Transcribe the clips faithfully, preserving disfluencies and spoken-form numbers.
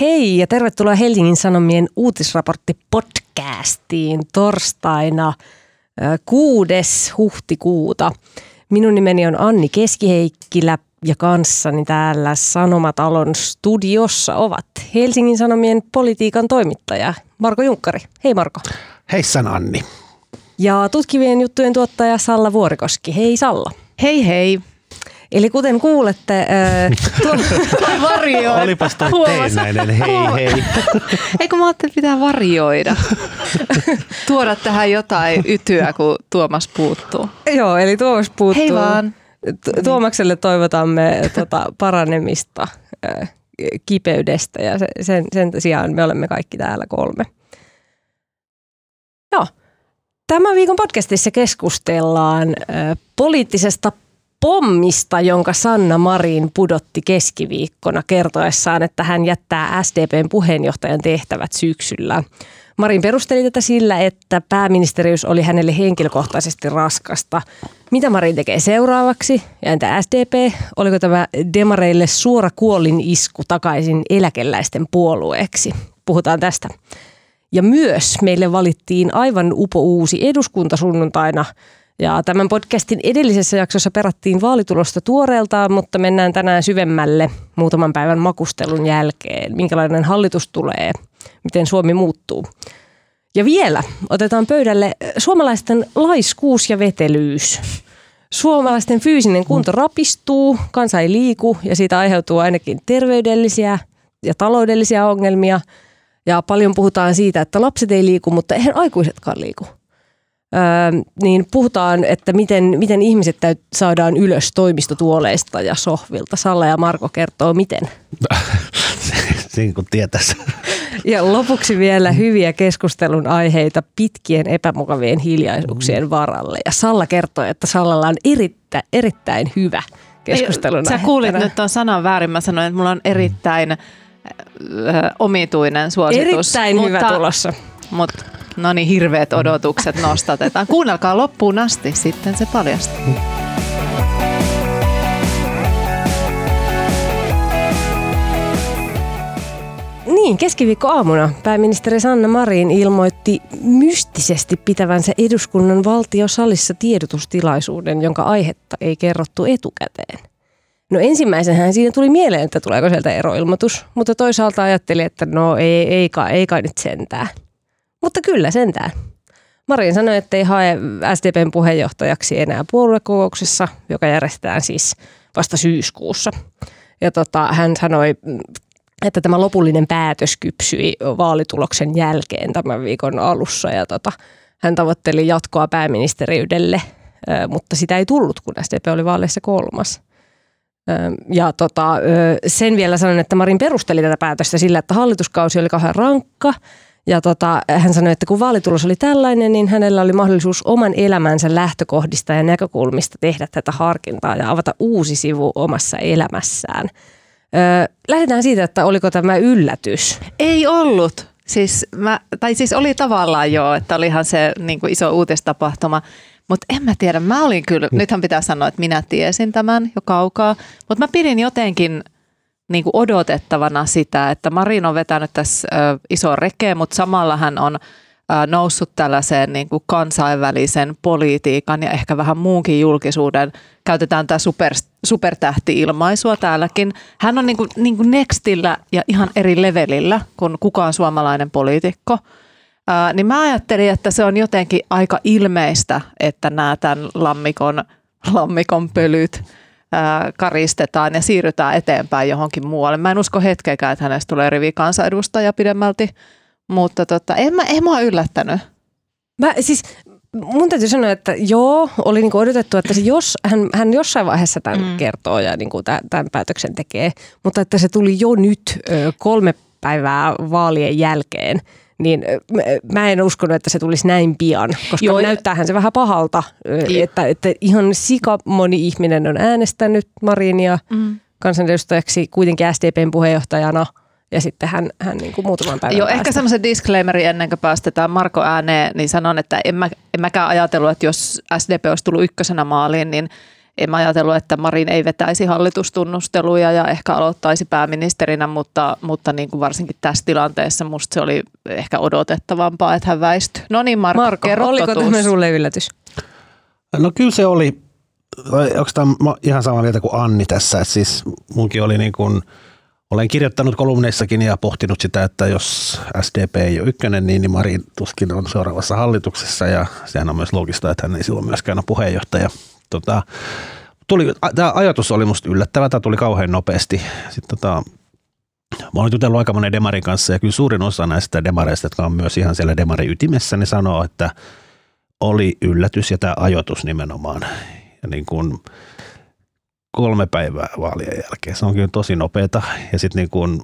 Hei ja tervetuloa Helsingin Sanomien uutisraportti-podcastiin torstaina kuudes huhtikuuta. Minun nimeni on Anni Keskiheikkilä ja kanssani täällä Sanomatalon studiossa ovat Helsingin Sanomien politiikan toimittaja Marko Junkkari. Hei Marko. Heissan Anni. Ja tutkivien juttujen tuottaja Salla Vuorikoski. Hei Salla. Hei hei. Eli kuten kuulette, äh, tuo varjoida. Olipas toi teennäinen, hei hei. Eikö mä ajattelin, että pitää varjoida? Tuoda tähän jotain ytyä, kun Tuomas puuttuu. Joo, eli Tuomas puuttuu. Hei vaan. Tuomakselle toivotamme tota, paranemista äh, kipeydestä ja sen, sen sijaan me olemme kaikki täällä kolme. Joo. Tämän viikon podcastissa keskustellaan äh, poliittisesta pommista, jonka Sanna Marin pudotti keskiviikkona kertoessaan, että hän jättää S D P:n puheenjohtajan tehtävät syksyllä. Marin perusteli tätä sillä, että pääministeriys oli hänelle henkilökohtaisesti raskasta. Mitä Marin tekee seuraavaksi? Ja entä S D P? Oliko tämä demareille suora kuolin isku takaisin eläkeläisten puolueeksi? Puhutaan tästä. Ja myös meille valittiin aivan upo-uusi eduskunta sunnuntaina. Ja tämän podcastin edellisessä jaksossa perattiin vaalitulosta tuoreeltaan, mutta mennään tänään syvemmälle muutaman päivän makustelun jälkeen. Minkälainen hallitus tulee, miten Suomi muuttuu. Ja vielä otetaan pöydälle suomalaisten laiskuus ja vetelyys. Suomalaisten fyysinen kunto rapistuu, kansa ei liiku ja siitä aiheutuu ainakin terveydellisiä ja taloudellisia ongelmia. Ja paljon puhutaan siitä, että lapset ei liiku, mutta eihän aikuisetkaan liiku. Öö, niin puhutaan, että miten, miten ihmiset täyt, saadaan ylös toimistotuoleista ja sohvilta. Salla ja Marko kertoo miten. Siinä kun tietäisi. Ja lopuksi vielä hyviä keskustelun aiheita pitkien epämukavien hiljaisuuksien varalle. Ja Salla kertoo, että Sallalla on erittä, erittäin hyvä keskustelun aihe. Sä kuulit nyt tuon sanan väärin. Mä sanoin, että mulla on erittäin ö, omituinen suositus. Erittäin mutta, hyvä tulossa. Mutta no niin, hirveät odotukset nostatetaan. Kuunnelkaa loppuun asti, sitten se paljastuu. Niin, keskiviikkoaamuna pääministeri Sanna Marin ilmoitti mystisesti pitävänsä eduskunnan valtiosalissa tiedotustilaisuuden, jonka aihetta ei kerrottu etukäteen. No ensimmäisenhän siinä tuli mieleen, että tuleeko sieltä eroilmoitus, mutta toisaalta ajattelin, että no ei, ei, kai, ei kai nyt sentään. Mutta kyllä sentään. Marin sanoi, että ei hae S D P:n puheenjohtajaksi enää puoluekokouksessa, joka järjestetään siis vasta syyskuussa. Ja tota, hän sanoi, että tämä lopullinen päätös kypsyi vaalituloksen jälkeen tämän viikon alussa. Ja tota, hän tavoitteli jatkoa pääministeriydelle, mutta sitä ei tullut, kun S D P oli vaaleissa kolmas. Ja tota, sen vielä sanon, että Marin perusteli tätä päätöstä sillä, että hallituskausi oli kauhean rankka. Ja tota, hän sanoi, että kun vaalitulos oli tällainen, niin hänellä oli mahdollisuus oman elämänsä lähtökohdista ja näkökulmista tehdä tätä harkintaa ja avata uusi sivu omassa elämässään. Öö, lähdetään siitä, että oliko tämä yllätys? Ei ollut. Siis mä, tai siis oli tavallaan joo, että olihan se niin kuin iso uutistapahtuma. Mutta en mä tiedä, mä olin kyllä, nythän pitää sanoa, että minä tiesin tämän jo kaukaa. Mutta mä pidin jotenkin niin kuin odotettavana sitä, että Marin on vetänyt tässä ö, iso rekeä, mutta samalla hän on ö, noussut tällaiseen niin kuin kansainvälisen politiikan ja ehkä vähän muunkin julkisuuden. Käytetään tämä super, supertähti-ilmaisua täälläkin. Hän on niin kuin, niin kuin nextillä ja ihan eri levelillä kuin kukaan suomalainen poliitikko. Ö, niin mä ajattelin, että se on jotenkin aika ilmeistä, että nämä tämän lammikon, lammikon pölyt karistetaan ja siirrytään eteenpäin johonkin muualle. Mä en usko hetkeäkään, että hänestä tulee rivikansanedustaja pidemmälti, mutta tota, en, mä, en mä yllättänyt. Mä, siis, mun täytyy sanoa, että joo, oli niinku odotettu, että se jos, hän, hän jossain vaiheessa tämän mm. kertoo ja niinku tämän, tämän päätöksen tekee, mutta että se tuli jo nyt ö, kolme päivää vaalien jälkeen, niin mä en uskonut, että se tulisi näin pian, koska Joo. näyttäähän se vähän pahalta, että, että ihan sika moni ihminen on äänestänyt Marinia mm. kansanedustajaksi kuitenkin S D P:n puheenjohtajana ja sitten hän, hän niin kuin muutaman päivän Joo, päästä. Ehkä semmoisen disclaimerin ennen kuin päästetään Marko ääneen, niin sanon, että en, mä, en mäkään ajatellut, että jos S D P olisi tullut ykkösenä maaliin, niin en mä ajatellut, että Marin ei vetäisi hallitustunnusteluja ja ehkä aloittaisi pääministerinä, mutta, mutta niin kuin varsinkin tässä tilanteessa musta se oli ehkä odotettavampaa, että hän väistyi. No niin, Marko, Marko kerro oliko totuus. tämä sulle yllätys? No kyllä se oli, onko tämä ihan samaa mieltä kuin Anni tässä, että siis munkin oli niin kuin, olen kirjoittanut kolumneissakin ja pohtinut sitä, että jos S D P ei ole ykkönen, niin Marin tuskin on seuraavassa hallituksessa ja sehän on myös loogista, että hän ei silloin myöskään ole puheenjohtaja. Tota, tuli, tämä ajatus oli musta yllättävä, tämä tuli kauhean nopeasti. Sitten tota, mä olen jutellut aika monen demarin kanssa ja kyllä suurin osa näistä demareista, jotka on myös ihan siellä demarin ytimessä, niin sanoo, että oli yllätys ja tämä ajoitus nimenomaan. Ja niin kuin kolme päivää vaalien jälkeen. Se on kyllä tosi nopeata. Ja sitten niin kuin,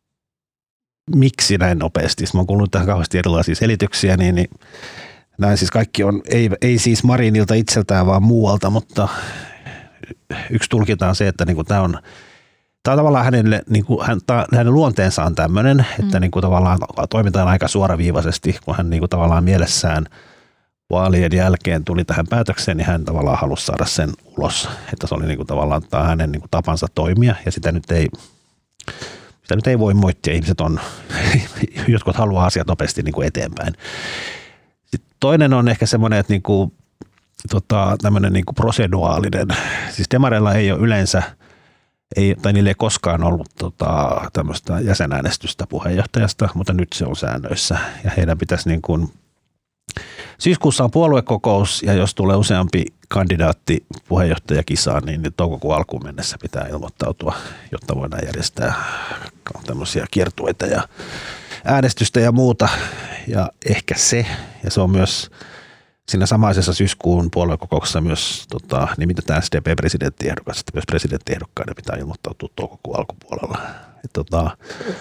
miksi näin nopeasti? Mä oon kuullut tähän kauheasti erilaisia selityksiä, niin, niin näin siis kaikki on, ei, ei siis Marinilta itseltään, vaan muualta, mutta yksi tulkinta on se, että niin kuin tämä on Tämä on tavallaan hänelle, niin kuin, hän, tämä, hänen luonteensa on tämmöinen, että mm. niin kuin tavallaan toimitaan aika suoraviivaisesti, kun hän niin kuin tavallaan mielessään vaalien jälkeen tuli tähän päätökseen, niin hän tavallaan halusi saada sen ulos. Että se oli niin kuin tavallaan tämä hänen niin kuin tapansa toimia ja sitä nyt ei, sitä nyt ei voi moittia. Ihmiset on, jotkut haluaa asiat nopeasti niin kuin eteenpäin. Sitten toinen on ehkä semmoinen, että niin kuin, tota, tämmöinen niin kuin proseduaalinen. Siis demareilla ei ole yleensä Ei, tai niillä ei koskaan ollut tota, tämmöistä jäsenäänestystä puheenjohtajasta, mutta nyt se on säännöissä. Ja heidän pitäisi niin kuin, syyskuussa on puoluekokous ja jos tulee useampi kandidaatti puheenjohtajakisaan, niin toukokuun alkuun mennessä pitää ilmoittautua, jotta voidaan järjestää tämmöisiä kiertueita ja äänestystä ja muuta. Ja ehkä se, ja se on myös siinä samaisessa syyskuun puoluekokouksessa myös tota, nimitetään S D P-presidenttiehdokas, että myös presidenttiehdokkaiden pitää ilmoittautua toukokuun alkupuolella. Et, tota,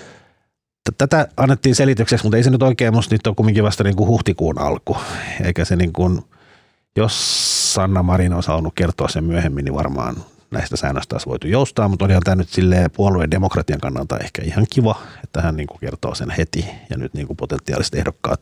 t- tätä annettiin selitykseksi, mutta ei se nyt oikein, musta nyt on kumminkin vasta niin kuin huhtikuun alku. Eikä se niin kuin, jos Sanna Marin on saanut kertoa sen myöhemmin, niin varmaan näistä säännöistä olisi voitu joustaa, mutta olihan tämä nyt silleen puolueen demokratian kannalta ehkä ihan kiva, että hän niin kuin kertoo sen heti ja nyt niin kuin potentiaaliset ehdokkaat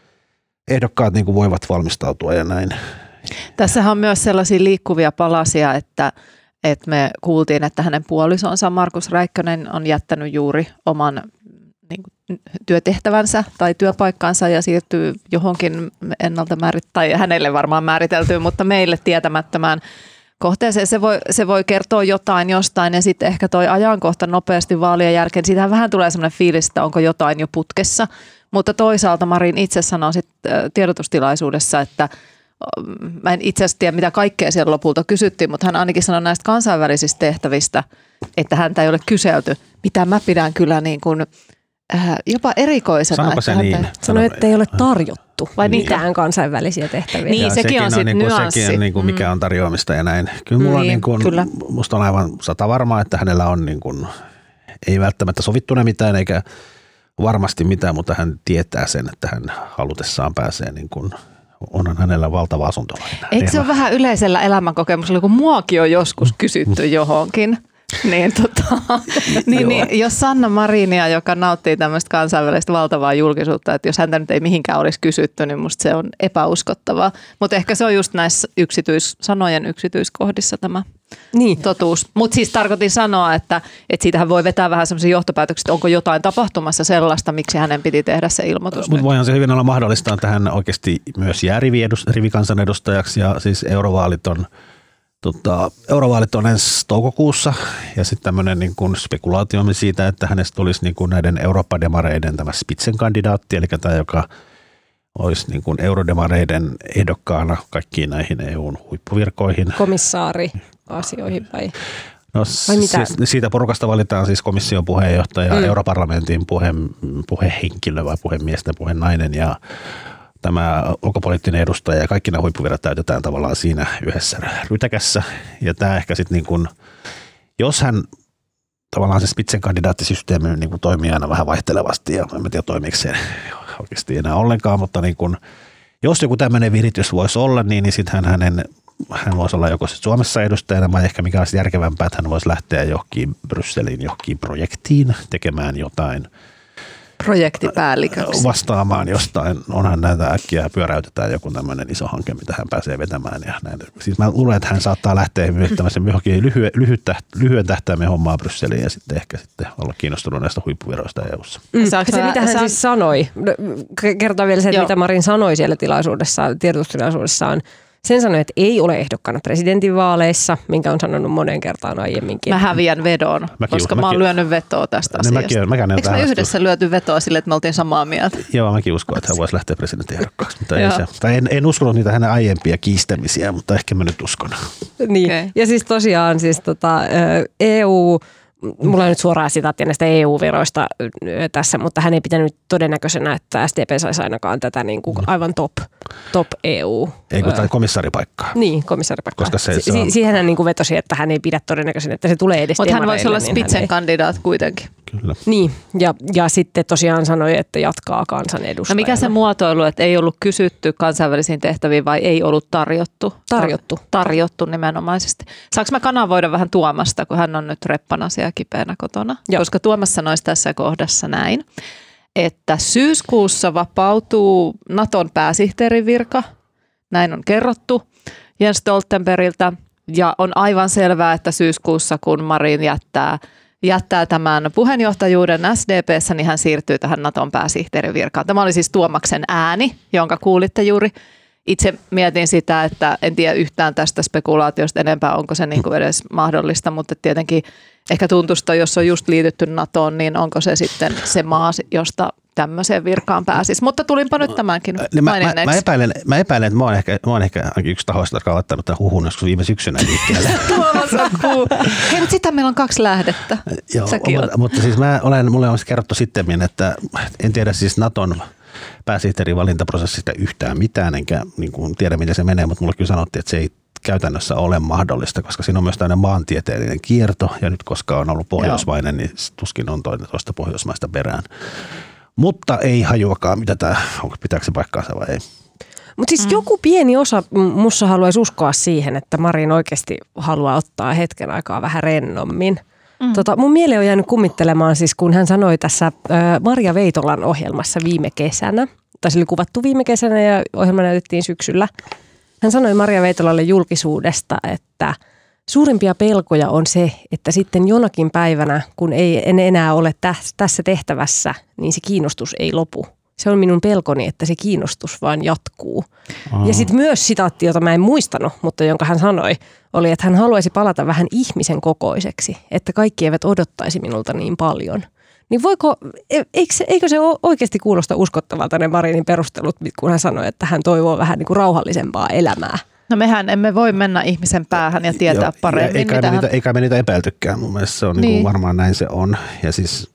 Ehdokkaat niin kuin voivat valmistautua ja näin. Tässähän on myös sellaisia liikkuvia palasia, että, että me kuultiin, että hänen puolisonsa Markus Räikkönen on jättänyt juuri oman niin kuin, työtehtävänsä tai työpaikkansa ja siirtyy johonkin ennalta määrit, tai hänelle varmaan määriteltyy, mutta meille tietämättömään kohteeseen. Se voi, se voi kertoa jotain jostain ja sitten ehkä toi ajankohta nopeasti vaalien jälkeen. Siitähän vähän tulee sellainen fiilis, että onko jotain jo putkessa. Mutta toisaalta Marin itse sanoi sitten tiedotustilaisuudessa, että mä en itse asiassa tiedä, mitä kaikkea siellä lopulta kysyttiin, mutta hän ainakin sanoi näistä kansainvälisistä tehtävistä, että häntä ei ole kyselty, mitä mä pidän kyllä niin kuin, äh, jopa erikoisena. Sanopa se häntä... niin. Sanoi, että ei ole tarjottu vai niin. mitään kansainvälisiä tehtäviä. Niin, sekin, sekin on sitten niin nyanssi. Sekin on niin kuin mikä on tarjoamista ja näin. Kyllä mulla niin, on niin kuin, musta on aivan sata varmaa, että hänellä on niin kuin, ei välttämättä sovittuna mitään eikä varmasti mitään, mutta hän tietää sen, että hän halutessaan pääsee, niin kuin, onhan hänellä valtava asuntolaina. Eikö se ole vähän yleisellä elämänkokemuksella, kun muakin on joskus kysytty johonkin? Niin, tota, niin, niin, jos Sanna Marinia, joka nauttii tämmöistä kansainvälistä valtavaa julkisuutta, että jos häntä nyt ei mihinkään olisi kysytty, niin musta se on epäuskottavaa. Mutta ehkä se on just näissä yksityis, sanojen yksityiskohdissa tämä niin. totuus. Mutta siis tarkoitin sanoa, että, että siitähän voi vetää vähän semmoisia johtopäätöksiä, että onko jotain tapahtumassa sellaista, miksi hänen piti tehdä se ilmoitus. Mutta voihan se hyvin olla mahdollista, että hän oikeasti myös jää rivikansanedustajaksi ja siis eurovaalit on Tota, eurovaalit on ensi toukokuussa ja sitten tämmöinen niin kuin spekulaatio siitä, että hänestä olisi niin kuin näiden Eurooppa-demareiden tämä Spitzenkandidaatti, eli tämä, joka olisi niin kuin eurodemareiden ehdokkaana kaikkiin näihin E U:n huippuvirkoihin. Komissaari-asioihin vai? No siis, siitä porukasta valitaan siis komission puheenjohtaja, mm. europarlamentin puhe, puhehenkilö vai puhemies tai puhenainen ja tämä ulkopoliittinen edustaja ja kaikki nämä huippuvirrat täytetään tavallaan siinä yhdessä rytäkässä. Ja tämä ehkä sitten niin kuin, jos hän tavallaan se Spitzenkandidaattisysteemi niin kuin toimii aina vähän vaihtelevasti ja en tiedä toimiiko se oikeasti enää ollenkaan, mutta niin kuin, jos joku tämmöinen viritys voisi olla, niin, niin sitten hänen, hän voisi olla joko Suomessa edustajana vai ehkä mikä olisi järkevämpää, että hän voisi lähteä johonkin Brysselin johonkin projektiin tekemään jotain projektipäälliköksi vastaamaan jostain. Onhan näitä äkkiä pyöräytetään joku tämmöinen iso hanke, mitä hän pääsee vetämään. Ja näin. Siis mä luulen, että hän saattaa lähteä myöttämässä johonkin lyhyen, lyhyen tähtäimen hommaa Brysseliin ja sitten ehkä sitten olla kiinnostunut näistä huippuviroista E U:ssa. Mm. Se, mitä hän saan... siis sanoi, kertoo vielä se, että Joo. mitä Marin sanoi siellä tilaisuudessa, tiedotustilaisuudessaan. Sen sanoi, että ei ole ehdokkaana presidentinvaaleissa, minkä on sanonut monen kertaan aiemminkin. Mä häviän vedon, mäkin, koska mäkin, mä oon lyönyt vetoa tästä ne, asiasta. Mäkin, Eikö me yhdessä lyöty vetoa sille, että me oltiin samaa mieltä? Joo, mäkin uskon, että hän voisi lähteä presidenttiehdokkaksi. Mutta ei se, tai en, en uskonut niitä hänen aiempia kiistämisiä, mutta ehkä mä nyt uskon. Niin, okay. Ja siis tosiaan siis tota, E U... Mulla on nyt suoraan sitaattia näistä E U-viroista tässä, mutta hän ei pitänyt todennäköisenä, että S D P saisi ainakaan tätä niin kuin aivan top, top E U. Ei kun tämä komissaaripaikkaa. Niin, komissaaripaikkaa. Koska se, si- se on... Siihen hän niin kuin vetosi, että hän ei pidä todennäköisenä, että se tulee edes Mutta hän voisi olla niin spitzenkandidaat kuitenkin. Kyllä. Niin, ja, ja sitten tosiaan sanoi, että jatkaa kansanedustajana. No mikä se muotoilu, että ei ollut kysytty kansainvälisiin tehtäviin vai ei ollut tarjottu? Tarjottu. Tarjottu nimenomaisesti. Saanko mä kanavoida vähän Tuomasta, kun hän on nyt reppana siellä kipeänä kotona? Joo. Koska Tuomas sanoisi tässä kohdassa näin, että syyskuussa vapautuu Naton pääsihteerin virka, näin on kerrottu Jens Stoltenbergiltä, ja on aivan selvää, että syyskuussa kun Marin jättää jättää tämän puheenjohtajuuden S D P:ssä, niin hän siirtyy tähän Naton pääsihteerin virkaan. Tämä oli siis Tuomaksen ääni, jonka kuulitte juuri. Itse mietin sitä, että en tiedä yhtään tästä spekulaatiosta enempää, onko se niin kuin edes mahdollista, mutta tietenkin ehkä tuntusta, jos on just liitytty NATOon, niin onko se sitten se maa, josta tämmöiseen virkaan pääsisi. Mutta tulinpa nyt tämänkin mä, mä, mä, epäilen, mä epäilen, että mä oon ehkä, mä oon ehkä yksi tahoista, joka on laittanut tämän huhun joskus viime syksynä liikkeelle. Hei, mutta sitä meillä on kaksi lähdettä. Joo, mutta, mutta siis mä olen, mulle on kerrottu sittemmin, että en tiedä siis Naton pääsihteerin valintaprosessista yhtään mitään, enkä niin kuin tiedä, miten se menee, mutta mulle kyllä sanottiin, että se ei käytännössä ole mahdollista, koska siinä on myös tämmöinen maantieteellinen kierto, ja nyt koska on ollut pohjoismainen, niin tuskin on toinen toista pohjoismaista perään. Mutta ei hajuakaan, mitä tämä, onko pitääkö se paikkaansa vai ei. Mutta siis mm. joku pieni osa musta haluaisi uskoa siihen, että Marin oikeasti haluaa ottaa hetken aikaa vähän rennommin. Mm. Tota, mun mieli on jäänyt kummittelemaan siis, kun hän sanoi tässä äh, Marja Veitolan ohjelmassa viime kesänä, tai se oli kuvattu viime kesänä ja ohjelma näytettiin syksyllä. Hän sanoi Marja Veitolalle julkisuudesta, että suurimpia pelkoja on se, että sitten jonakin päivänä, kun ei en enää ole täs, tässä tehtävässä, niin se kiinnostus ei lopu. Se on minun pelkoni, että se kiinnostus vaan jatkuu. Aha. Ja sitten myös sitaatti, jota mä en muistanut, mutta jonka hän sanoi, oli, että hän haluaisi palata vähän ihmisen kokoiseksi, että kaikki eivät odottaisi minulta niin paljon. Niin voiko, eikö se, eikö se oikeasti kuulosta uskottavalta ne Marinin perustelut, kun hän sanoi, että hän toivoo vähän niin kuin rauhallisempaa elämää? No mehän emme voi mennä ihmisen päähän ja tietää Joo, paremmin. Eikä me, hän... niitä, eikä me niitä epäiltykään. Mun mielestä se on niin. Niin varmaan näin se on. Ja siis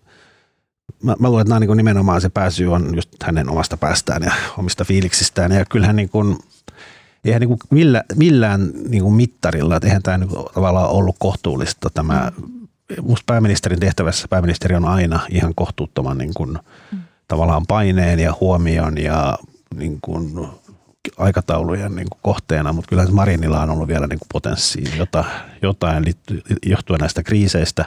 mä, mä luulen, että nämä niin nimenomaan se pääsy on just hänen omasta päästään ja omista fiiliksistään. Ja kyllähän niin kuin, eihän niin kuin millä, millään niin kuin mittarilla, että eihän tämä niin kuin tavallaan ollut kohtuullista tämä. Musta pääministerin tehtävässä pääministeri on aina ihan kohtuuttoman niin kuin, mm. tavallaan paineen ja huomion ja niin kuin, aikataulujen niin kuin kohteena, mutta kyllähän Marinilla on ollut vielä niin kuin potenssia jota, jotain liittyy, johtuen näistä kriiseistä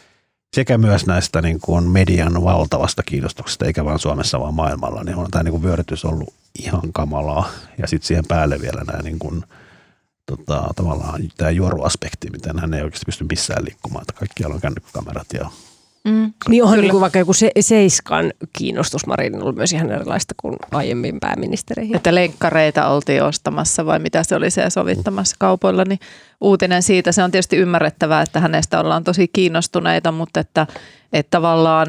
sekä myös näistä niin kuin median valtavasta kiinnostuksesta, eikä vain Suomessa vaan maailmalla, niin on tämä niin kuin vyörytys ollut ihan kamalaa ja sitten siihen päälle vielä nämä niin kuin, tota, tavallaan tämä juoruaspekti, miten hän ei oikeasti pysty missään liikkumaan, että kaikkialla on kännykkäkamerat ja Mm. Niin onhan niin kuin vaikka joku se, Seiskan kiinnostus Marinilla ollut myös ihan erilaista kuin aiemmin pääministeriin. Että lenkkareita oltiin ostamassa vai mitä se oli se sovittamassa kaupoilla, niin uutinen siitä, se on tietysti ymmärrettävää, että hänestä ollaan tosi kiinnostuneita, mutta että, että tavallaan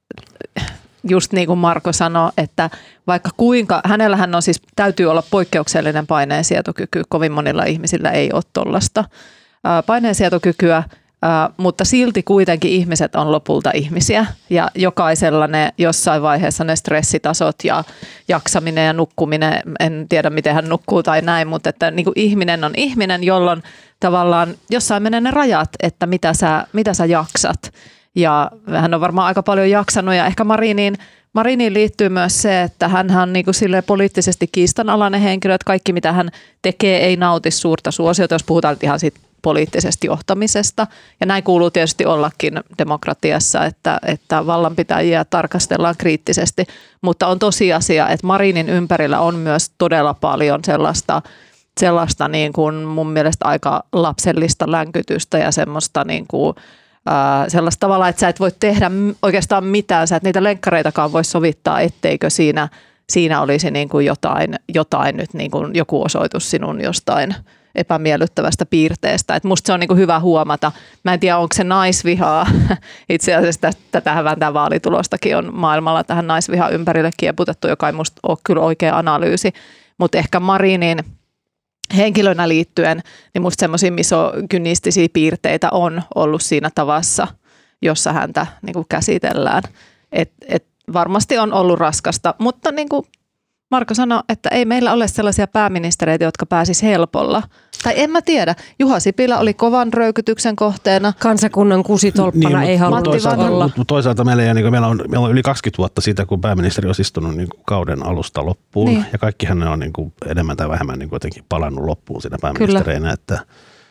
just niin kuin Marko sanoi, että vaikka kuinka, hänellähän on siis, täytyy olla poikkeuksellinen paineensietokyky, kovin monilla ihmisillä ei ole tollaista paineensietokykyä, Uh, mutta silti kuitenkin ihmiset on lopulta ihmisiä ja jokaisella ne jossain vaiheessa ne stressitasot ja jaksaminen ja nukkuminen, en tiedä miten hän nukkuu tai näin, mutta että niin kuin ihminen on ihminen, jolloin tavallaan jossain menee ne rajat, että mitä sä, mitä sä jaksat. Ja hän on varmaan aika paljon jaksanut ja ehkä Mariniin, Mariniin liittyy myös se, että hän on niin kuin silleen poliittisesti kiistanalainen henkilö, että kaikki mitä hän tekee ei nauti suurta suosiota, jos puhutaan ihan siitä poliittisesta johtamisesta. Ja näin kuuluu tietysti ollakin demokratiassa, että, että vallanpitäjiä tarkastellaan kriittisesti. Mutta on tosiasia, että Marinin ympärillä on myös todella paljon sellaista, sellaista niin kuin mun mielestä aika lapsellista länkytystä ja semmoista niin kuin, ää, sellaista tavalla, että sä et voi tehdä oikeastaan mitään. Sä et niitä lenkkareitakaan voi sovittaa, etteikö siinä, siinä olisi niin kuin jotain, jotain nyt niin kuin joku osoitus sinun jostain epämiellyttävästä piirteestä. Et musta se on niinku hyvä huomata. Mä en tiedä, onko se naisvihaa. Itse asiassa tätähän vähän tämä vaalitulostakin on maailmalla tähän naisvihan ympärille kieputettu, joka ei musta ole kyllä oikea analyysi. Mutta ehkä Marinin henkilönä liittyen, niin musta semmoisia misogynistisiä piirteitä on ollut siinä tavassa, jossa häntä niinku käsitellään. Et, et varmasti on ollut raskasta, mutta niinku Marko sanoi, että ei meillä ole sellaisia pääministereitä, jotka pääsis helpolla. Tai en mä tiedä. Juha Sipilä oli kovan röykytyksen kohteena. Kansakunnan kusitolppana niin, ei halunnut toisaalta, olla. Mutta toisaalta meillä, ja niin meillä, on, meillä on yli kaksikymmentä vuotta siitä, kun pääministeri on istunut niin kauden alusta loppuun. Niin. Ja kaikkihan ne on niin kuin enemmän tai vähemmän niin kuin jotenkin palannut loppuun siinä pääministereinä. Että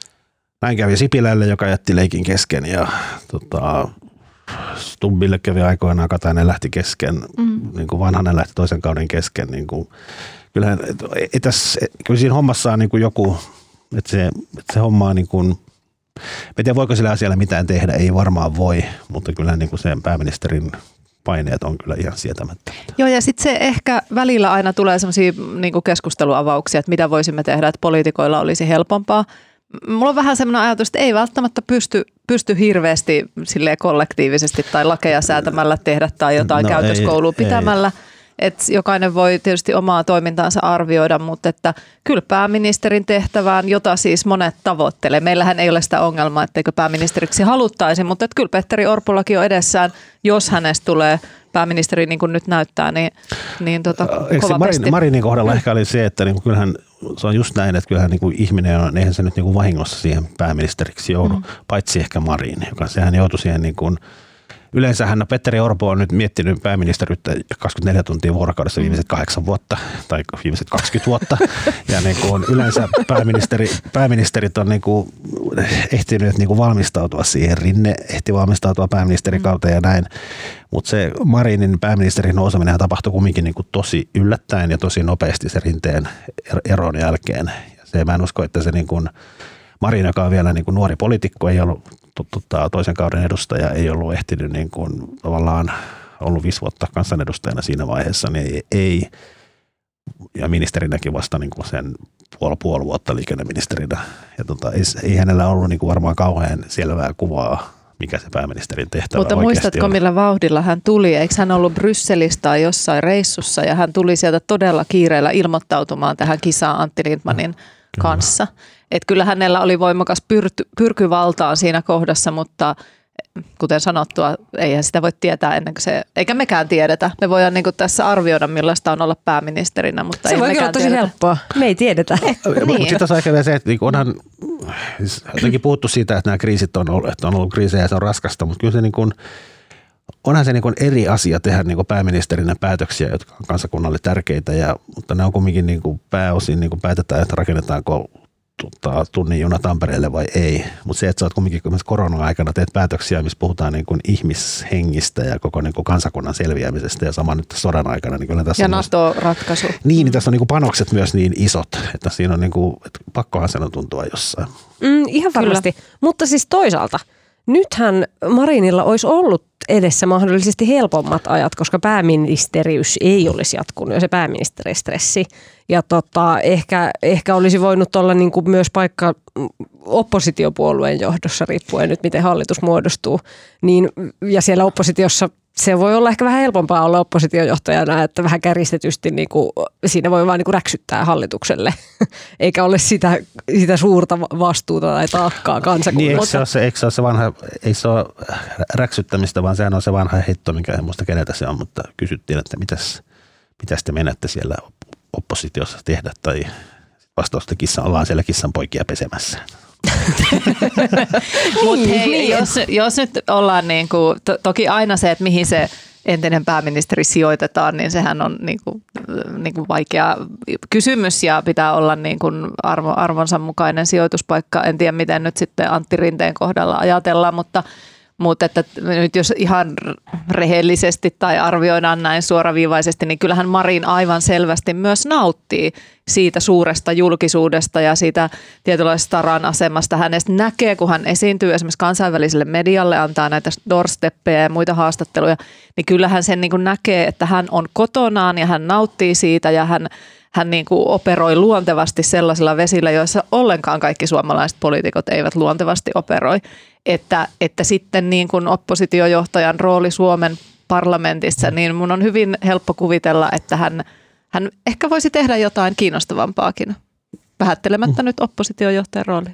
näin kävi Sipilälle, joka jätti leikin kesken ja tota, Stubbille kävi aikoinaan, Katainen lähti kesken, mm. niin kuin Vanhanen lähti toisen kauden kesken. Niin kuin, kyllähän, et, tässä, kyllä siinä hommassa on niin kuin joku, että se, että se homma on niin kuin, en tiedä voiko sillä asialla mitään tehdä, ei varmaan voi, mutta kyllähän niin kuin se pääministerin paineet on kyllä ihan sietämättömät. Joo, ja sitten se ehkä välillä aina tulee sellaisia niin kuin keskusteluavauksia, että mitä voisimme tehdä, että poliitikoilla olisi helpompaa. Mulla on vähän semmoinen ajatus, että ei välttämättä pysty, pysty hirveästi silleen kollektiivisesti tai lakeja säätämällä tehdä tai jotain no, käytöskoulua ei, pitämällä. Että jokainen voi tietysti omaa toimintaansa arvioida, mutta että kyllä pääministerin tehtävään, jota siis monet tavoittelee. Meillähän ei ole sitä ongelmaa, etteikö pääministeriksi haluttaisi, mutta että kyllä Petteri Orpollakin on edessään, jos hänestä tulee pääministeri niin kuin nyt näyttää, niin, niin tota, kova Marin, pesti. Marinin kohdalla ehkä oli se, että niin kyllähän se on just näin, että kyllähän niin kuin ihminen on, eihän se nyt niin kuin vahingossa siihen pääministeriksi joudu, mm. paitsi ehkä Marin, joka sehän joutui siihen niin kuin, yleensähän Petteri Orpo on nyt miettinyt pääministeriyttä kaksikymmentäneljä tuntia vuorokaudessa viimeiset kahdeksan vuotta tai viimeiset kaksikymmentä vuotta. Ja niin kuin yleensä pääministeri, pääministerit on niin kuin ehtinyt niin kuin valmistautua siihen. Rinne ehti valmistautua pääministerikauteen ja näin. Mutta se Marinin pääministerin nouseminen tapahtui kumminkin niin kuin tosi yllättäen ja tosi nopeasti se Rinteen eron jälkeen. Ja se, mä en usko, että se niin kuin Marin, joka on vielä niin kuin nuori poliitikko, ei ollut toisen kauden edustaja, ei ollut ehtinyt niin kuin, tavallaan ollut viisi vuotta kansanedustajana siinä vaiheessa, niin ei, ei ja ministerinäkin vasta niin kuin sen puoli, puoli vuotta liikenneministerinä. Ja tota, ei, ei hänellä ollut niin kuin varmaan kauhean selvää kuvaa, mikä se pääministerin tehtävä Mutta muistatko, on. Millä vauhdilla hän tuli? Eikö hän ollut Brysselistä tai jossain reissussa ja hän tuli sieltä todella kiireellä ilmoittautumaan tähän kisaan Antti Lindmanin no, kanssa. Että kyllä hänellä oli voimakas pyrty, pyrky valtaan siinä kohdassa, mutta kuten sanottua, eihän sitä voi tietää ennen kuin se, eikä mekään tiedetä. Me voidaan niin kuin tässä arvioida, millaista on olla pääministerinä, mutta se ei voi mekään olla tosi tiedetä. helppoa. Me ei tiedetä. niin. Mutta sitten tässä on ehkä vielä se, että onhan jotenkin puhuttu siitä, että nämä kriisit on ollut, että on ollut kriisejä ja se on raskasta, mutta kyllä se niin kuin, onhan se niin kuin eri asia tehdä niin kuin pääministerinä päätöksiä, jotka on kansakunnalle tärkeitä, ja, mutta ne on kumminkin niin kuin pääosin niin kuin päätetään, että rakennetaanko Tota, tunnin juna Tampereelle vai ei, mutta se, että sä oot kumminkin korona-aikana teet päätöksiä, missä puhutaan niin kuin ihmishengistä ja koko niin kuin kansakunnan selviämisestä ja sama nyt sodan aikana. Niin kyllä tässä ja on NATO-ratkaisu. Myös, niin, niin tässä on niin kuin panokset myös niin isot, että siinä on niin kuin, että pakkohan sen on tuntua jossain. Mm, ihan varmasti, kyllä. Mutta siis toisaalta, nythän Marinilla olisi ollut edessä mahdollisesti helpommat ajat, koska pääministeriys ei olisi jatkunut ja se pääministeristressi. Ja tota, ehkä, ehkä olisi voinut olla niin kuin myös paikka oppositiopuolueen johdossa, riippuen nyt miten hallitus muodostuu. Niin, ja siellä oppositiossa se voi olla ehkä vähän helpompaa olla oppositiojohtajana, että vähän kärjistetysti niin kuin, siinä voi vaan niin kuin räksyttää hallitukselle, eikä ole sitä, sitä suurta vastuuta tai taakkaa kansakunnalta. Niin, eikö se ole se, eikö se, ole se vanha, ei se ole räksyttämistä, vaan sehän on se vanha heitto, mikä en muista keneltä se on, mutta kysyttiin, että mitäs, mitäs te menette siellä oppositiossa tehdä, tai vastausta kissa, ollaan siellä kissan poikia pesemässä. Mutta hei, jos, jos nyt ollaan niin kuin, to, toki aina se, että mihin se entinen pääministeri sijoitetaan, niin sehän on niin kuin, niin kuin vaikea kysymys ja pitää olla niin kuin arvo, arvonsa mukainen sijoituspaikka. En tiedä, miten nyt sitten Antti Rinteen kohdalla ajatellaan, mutta Mutta että nyt jos ihan rehellisesti tai arvioidaan näin suoraviivaisesti, niin kyllähän Marin aivan selvästi myös nauttii siitä suuresta julkisuudesta ja siitä tietynlaisesta staran asemasta. Hänestä näkee, kun hän esiintyy esimerkiksi kansainväliselle medialle, antaa näitä doorsteppeja ja muita haastatteluja, niin kyllähän sen niin kuin näkee, että hän on kotonaan ja hän nauttii siitä ja hän Hän niin kuin operoi luontevasti sellaisilla vesillä, joissa ollenkaan kaikki suomalaiset poliitikot eivät luontevasti operoi. Että, että sitten niin kuin oppositiojohtajan rooli Suomen parlamentissa, niin mun on hyvin helppo kuvitella, että hän, hän ehkä voisi tehdä jotain kiinnostavampaakin, vähättelemättä mm. nyt oppositiojohtajan roolia.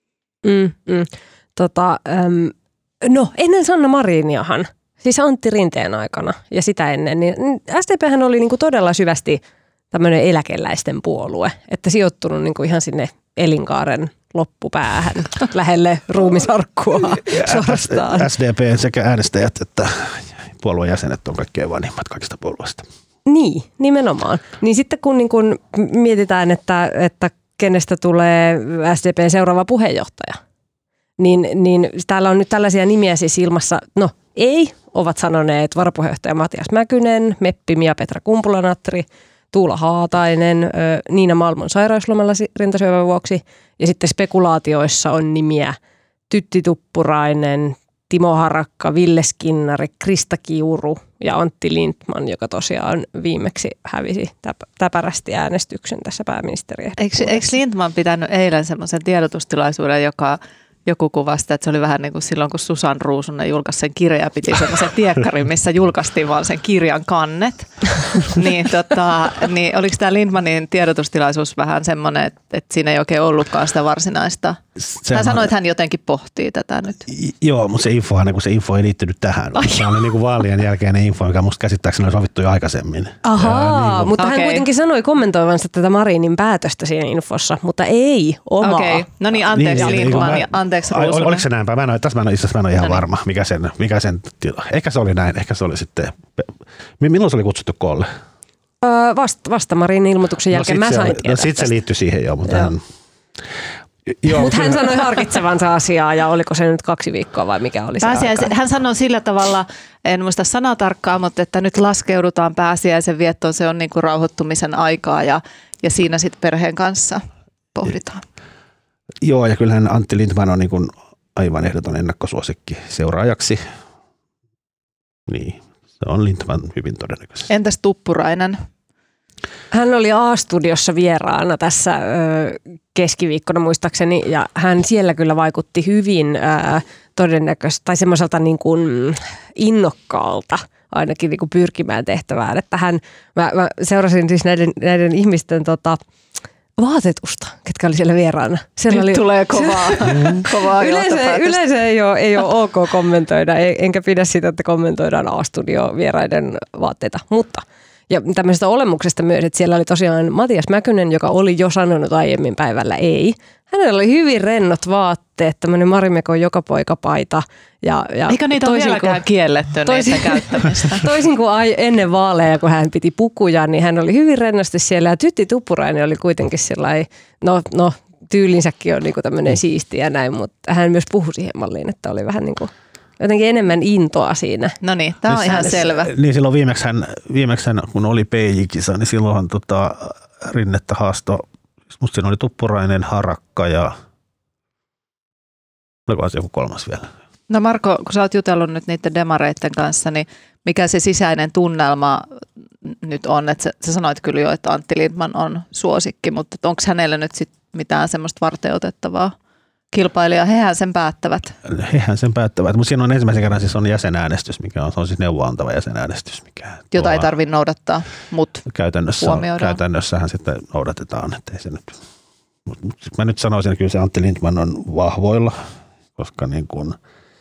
Mm, mm. Tota, äm, no ennen Sanna Mariniahan, siis Antti Rinteen aikana ja sitä ennen, niin S D P:hän oli niin kuin todella syvästi tämmöinen eläkeläisten puolue, että sijoittunut niin kuin ihan sinne elinkaaren loppupäähän lähelle ruumisarkkua suorastaan. S D P sekä äänestäjät että puolueen jäsenet on kaikkein vanhimmat kaikista puolueista. Niin, nimenomaan. Niin sitten kun niin kun mietitään, että, että kenestä tulee S D P:n seuraava puheenjohtaja, niin, niin täällä on nyt tällaisia nimiä siis ilmassa. No ei, ovat sanoneet varapuheenjohtaja Matias Mäkynen, Meppi Mia-Petra Kumpula-Natri, Tuula Haatainen, Niina Malmon sairauslomalla rintasyövän vuoksi ja sitten spekulaatioissa on nimiä Tytti Tuppurainen, Timo Harakka, Ville Skinnari, Krista Kiuru ja Antti Lindtman, joka tosiaan viimeksi hävisi täpärästi äänestyksen tässä pääministeriehdokkuudessa. Eikö, eikö Lindtman pitänyt eilen semmoisen tiedotustilaisuuden, joka joku kuvasta, että se oli vähän niin kuin silloin, kun Susan Ruusunen julkaisi sen kirjan ja piti semmoisen tiekkarin, missä julkaistiin vaan sen kirjan kannet. niin, tota, niin oliko tämä Lindtmanin tiedotustilaisuus vähän semmoinen, että, että siinä ei oikein ollutkaan sitä varsinaista? Sehän hän sanoi, että hän jotenkin pohtii tätä nyt. Joo, mutta se info, niin se info ei liittynyt tähän. Ai se oli niin kuin vaalien jälkeinen info, mikä musta käsittääkseni oli sovittu jo aikaisemmin. Ahaa, niin kuin, mutta okay. Hän kuitenkin sanoi kommentoivansa tätä Marinin päätöstä siinä infossa, mutta ei omaa. Okei, okay. No niin, anteeksi niin, Lindtman ja anteeksi Ruusunen. Oliko se näinpä? Mä en ole, tässä mä en ole, itse asiassa mä en ole ihan no niin. varma, mikä sen, mikä sen tila. Ehkä se oli näin, ehkä se oli sitten. Milloin se oli kutsuttu koolle? Öö, vasta, vasta Marinin ilmoituksen jälkeen no mä sain oli, tietää No sitten se liittyi siihen jo, mutta hän... Mutta hän sanoi harkitsevansa asiaa ja oliko se nyt kaksi viikkoa vai mikä oli se aika? Hän sanoi sillä tavalla, en muista sanaa tarkkaan, mutta että nyt laskeudutaan pääsiäisen viettoon, se on niin kuin rauhoittumisen aikaa ja, ja siinä sitten perheen kanssa pohditaan. Joo, ja kyllähän Antti Lindtman on niin kuin aivan ehdoton ennakkosuosikki seuraajaksi. Niin, se on Lindtman hyvin todennäköisesti. Entäs Tuppurainen? Hän oli A-studiossa vieraana tässä ö, keskiviikkona muistaakseni ja hän siellä kyllä vaikutti hyvin ö, todennäköisesti tai semmoiselta niin kuin innokkaalta ainakin niin kuin pyrkimään tehtävään. Että hän, mä, mä seurasin siis näiden, näiden ihmisten tota, vaatetusta, ketkä oli siellä vieraana. Siellä Nyt oli, tulee kovaa, kovaa yleensä, yleensä ei ole, ei ole ok kommentoida, enkä pidä sitä, että kommentoidaan A-studio vieraiden vaatteita, mutta ja tämmöisestä olemuksesta myös, että siellä oli tosiaan Matias Mäkynen, joka oli jo sanonut aiemmin päivällä ei. Hänellä oli hyvin rennot vaatteet, tämmöinen Marimekon joka poikapaita. Ja, ja Eikö niitä ole vieläkään kuin, kielletty toisin, niitä käyttämistä? Toisin kuin ennen vaaleja, kun hän piti pukuja, niin hän oli hyvin rennosti siellä. Ja Tytti Tuppurainen oli kuitenkin sellainen, no, no tyylinsäkin on niin kuin tämmöinen siisti ja näin, mutta hän myös puhui siihen malliin, että oli vähän niin kuin jotenkin enemmän intoa siinä. No niin, tämä on ihan selvä. Niin silloin viimeksi, hän, viimeksi hän, kun oli P J-kisa, niin silloinhan tota, Rinnettä haastoi, musta siinä oli Tuppurainen, Harakka ja olikohan se joku kolmas vielä? No Marko, kun sä oot jutellut nyt niiden demareiden kanssa, niin mikä se sisäinen tunnelma nyt on? Että sä, sä sanoit kyllä jo, että Antti Lindtman on suosikki, mutta onko hänellä nyt sit mitään semmoista varteenotettavaa kilpailijaa? Hehän sen päättävät. Hehän sen päättävät, mutta siinä on ensimmäisen kerran siis on jäsenäänestys, mikä on, se on siis neuvoantava jäsenäänestys. Mikä jota ei tarvitse noudattaa, mutta käytännössä, käytännössähän sitten noudatetaan. Että ei se nyt, mut, mut, mä nyt sanoisin, että kyllä se Antti Lindtman on vahvoilla, koska niin kun,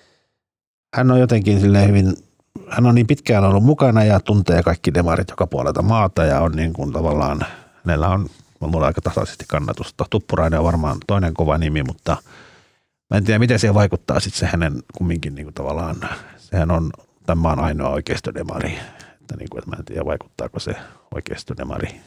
hän on jotenkin silleen hyvin, hän on niin pitkään ollut mukana ja tuntee kaikki demarit joka puolelta maata ja on niin kuin tavallaan, hänellä on mulla aika tasaisesti kannatusta. Tuppurainen on varmaan toinen kova nimi, mutta mä en tiedä, miten se vaikuttaa sitten se hänen kumminkin niin kuin tavallaan, sehän on että mä oon ainoa oikeistodemari. Että, niin kuin, että mä en tiedä, vaikuttaako se oikeistodemari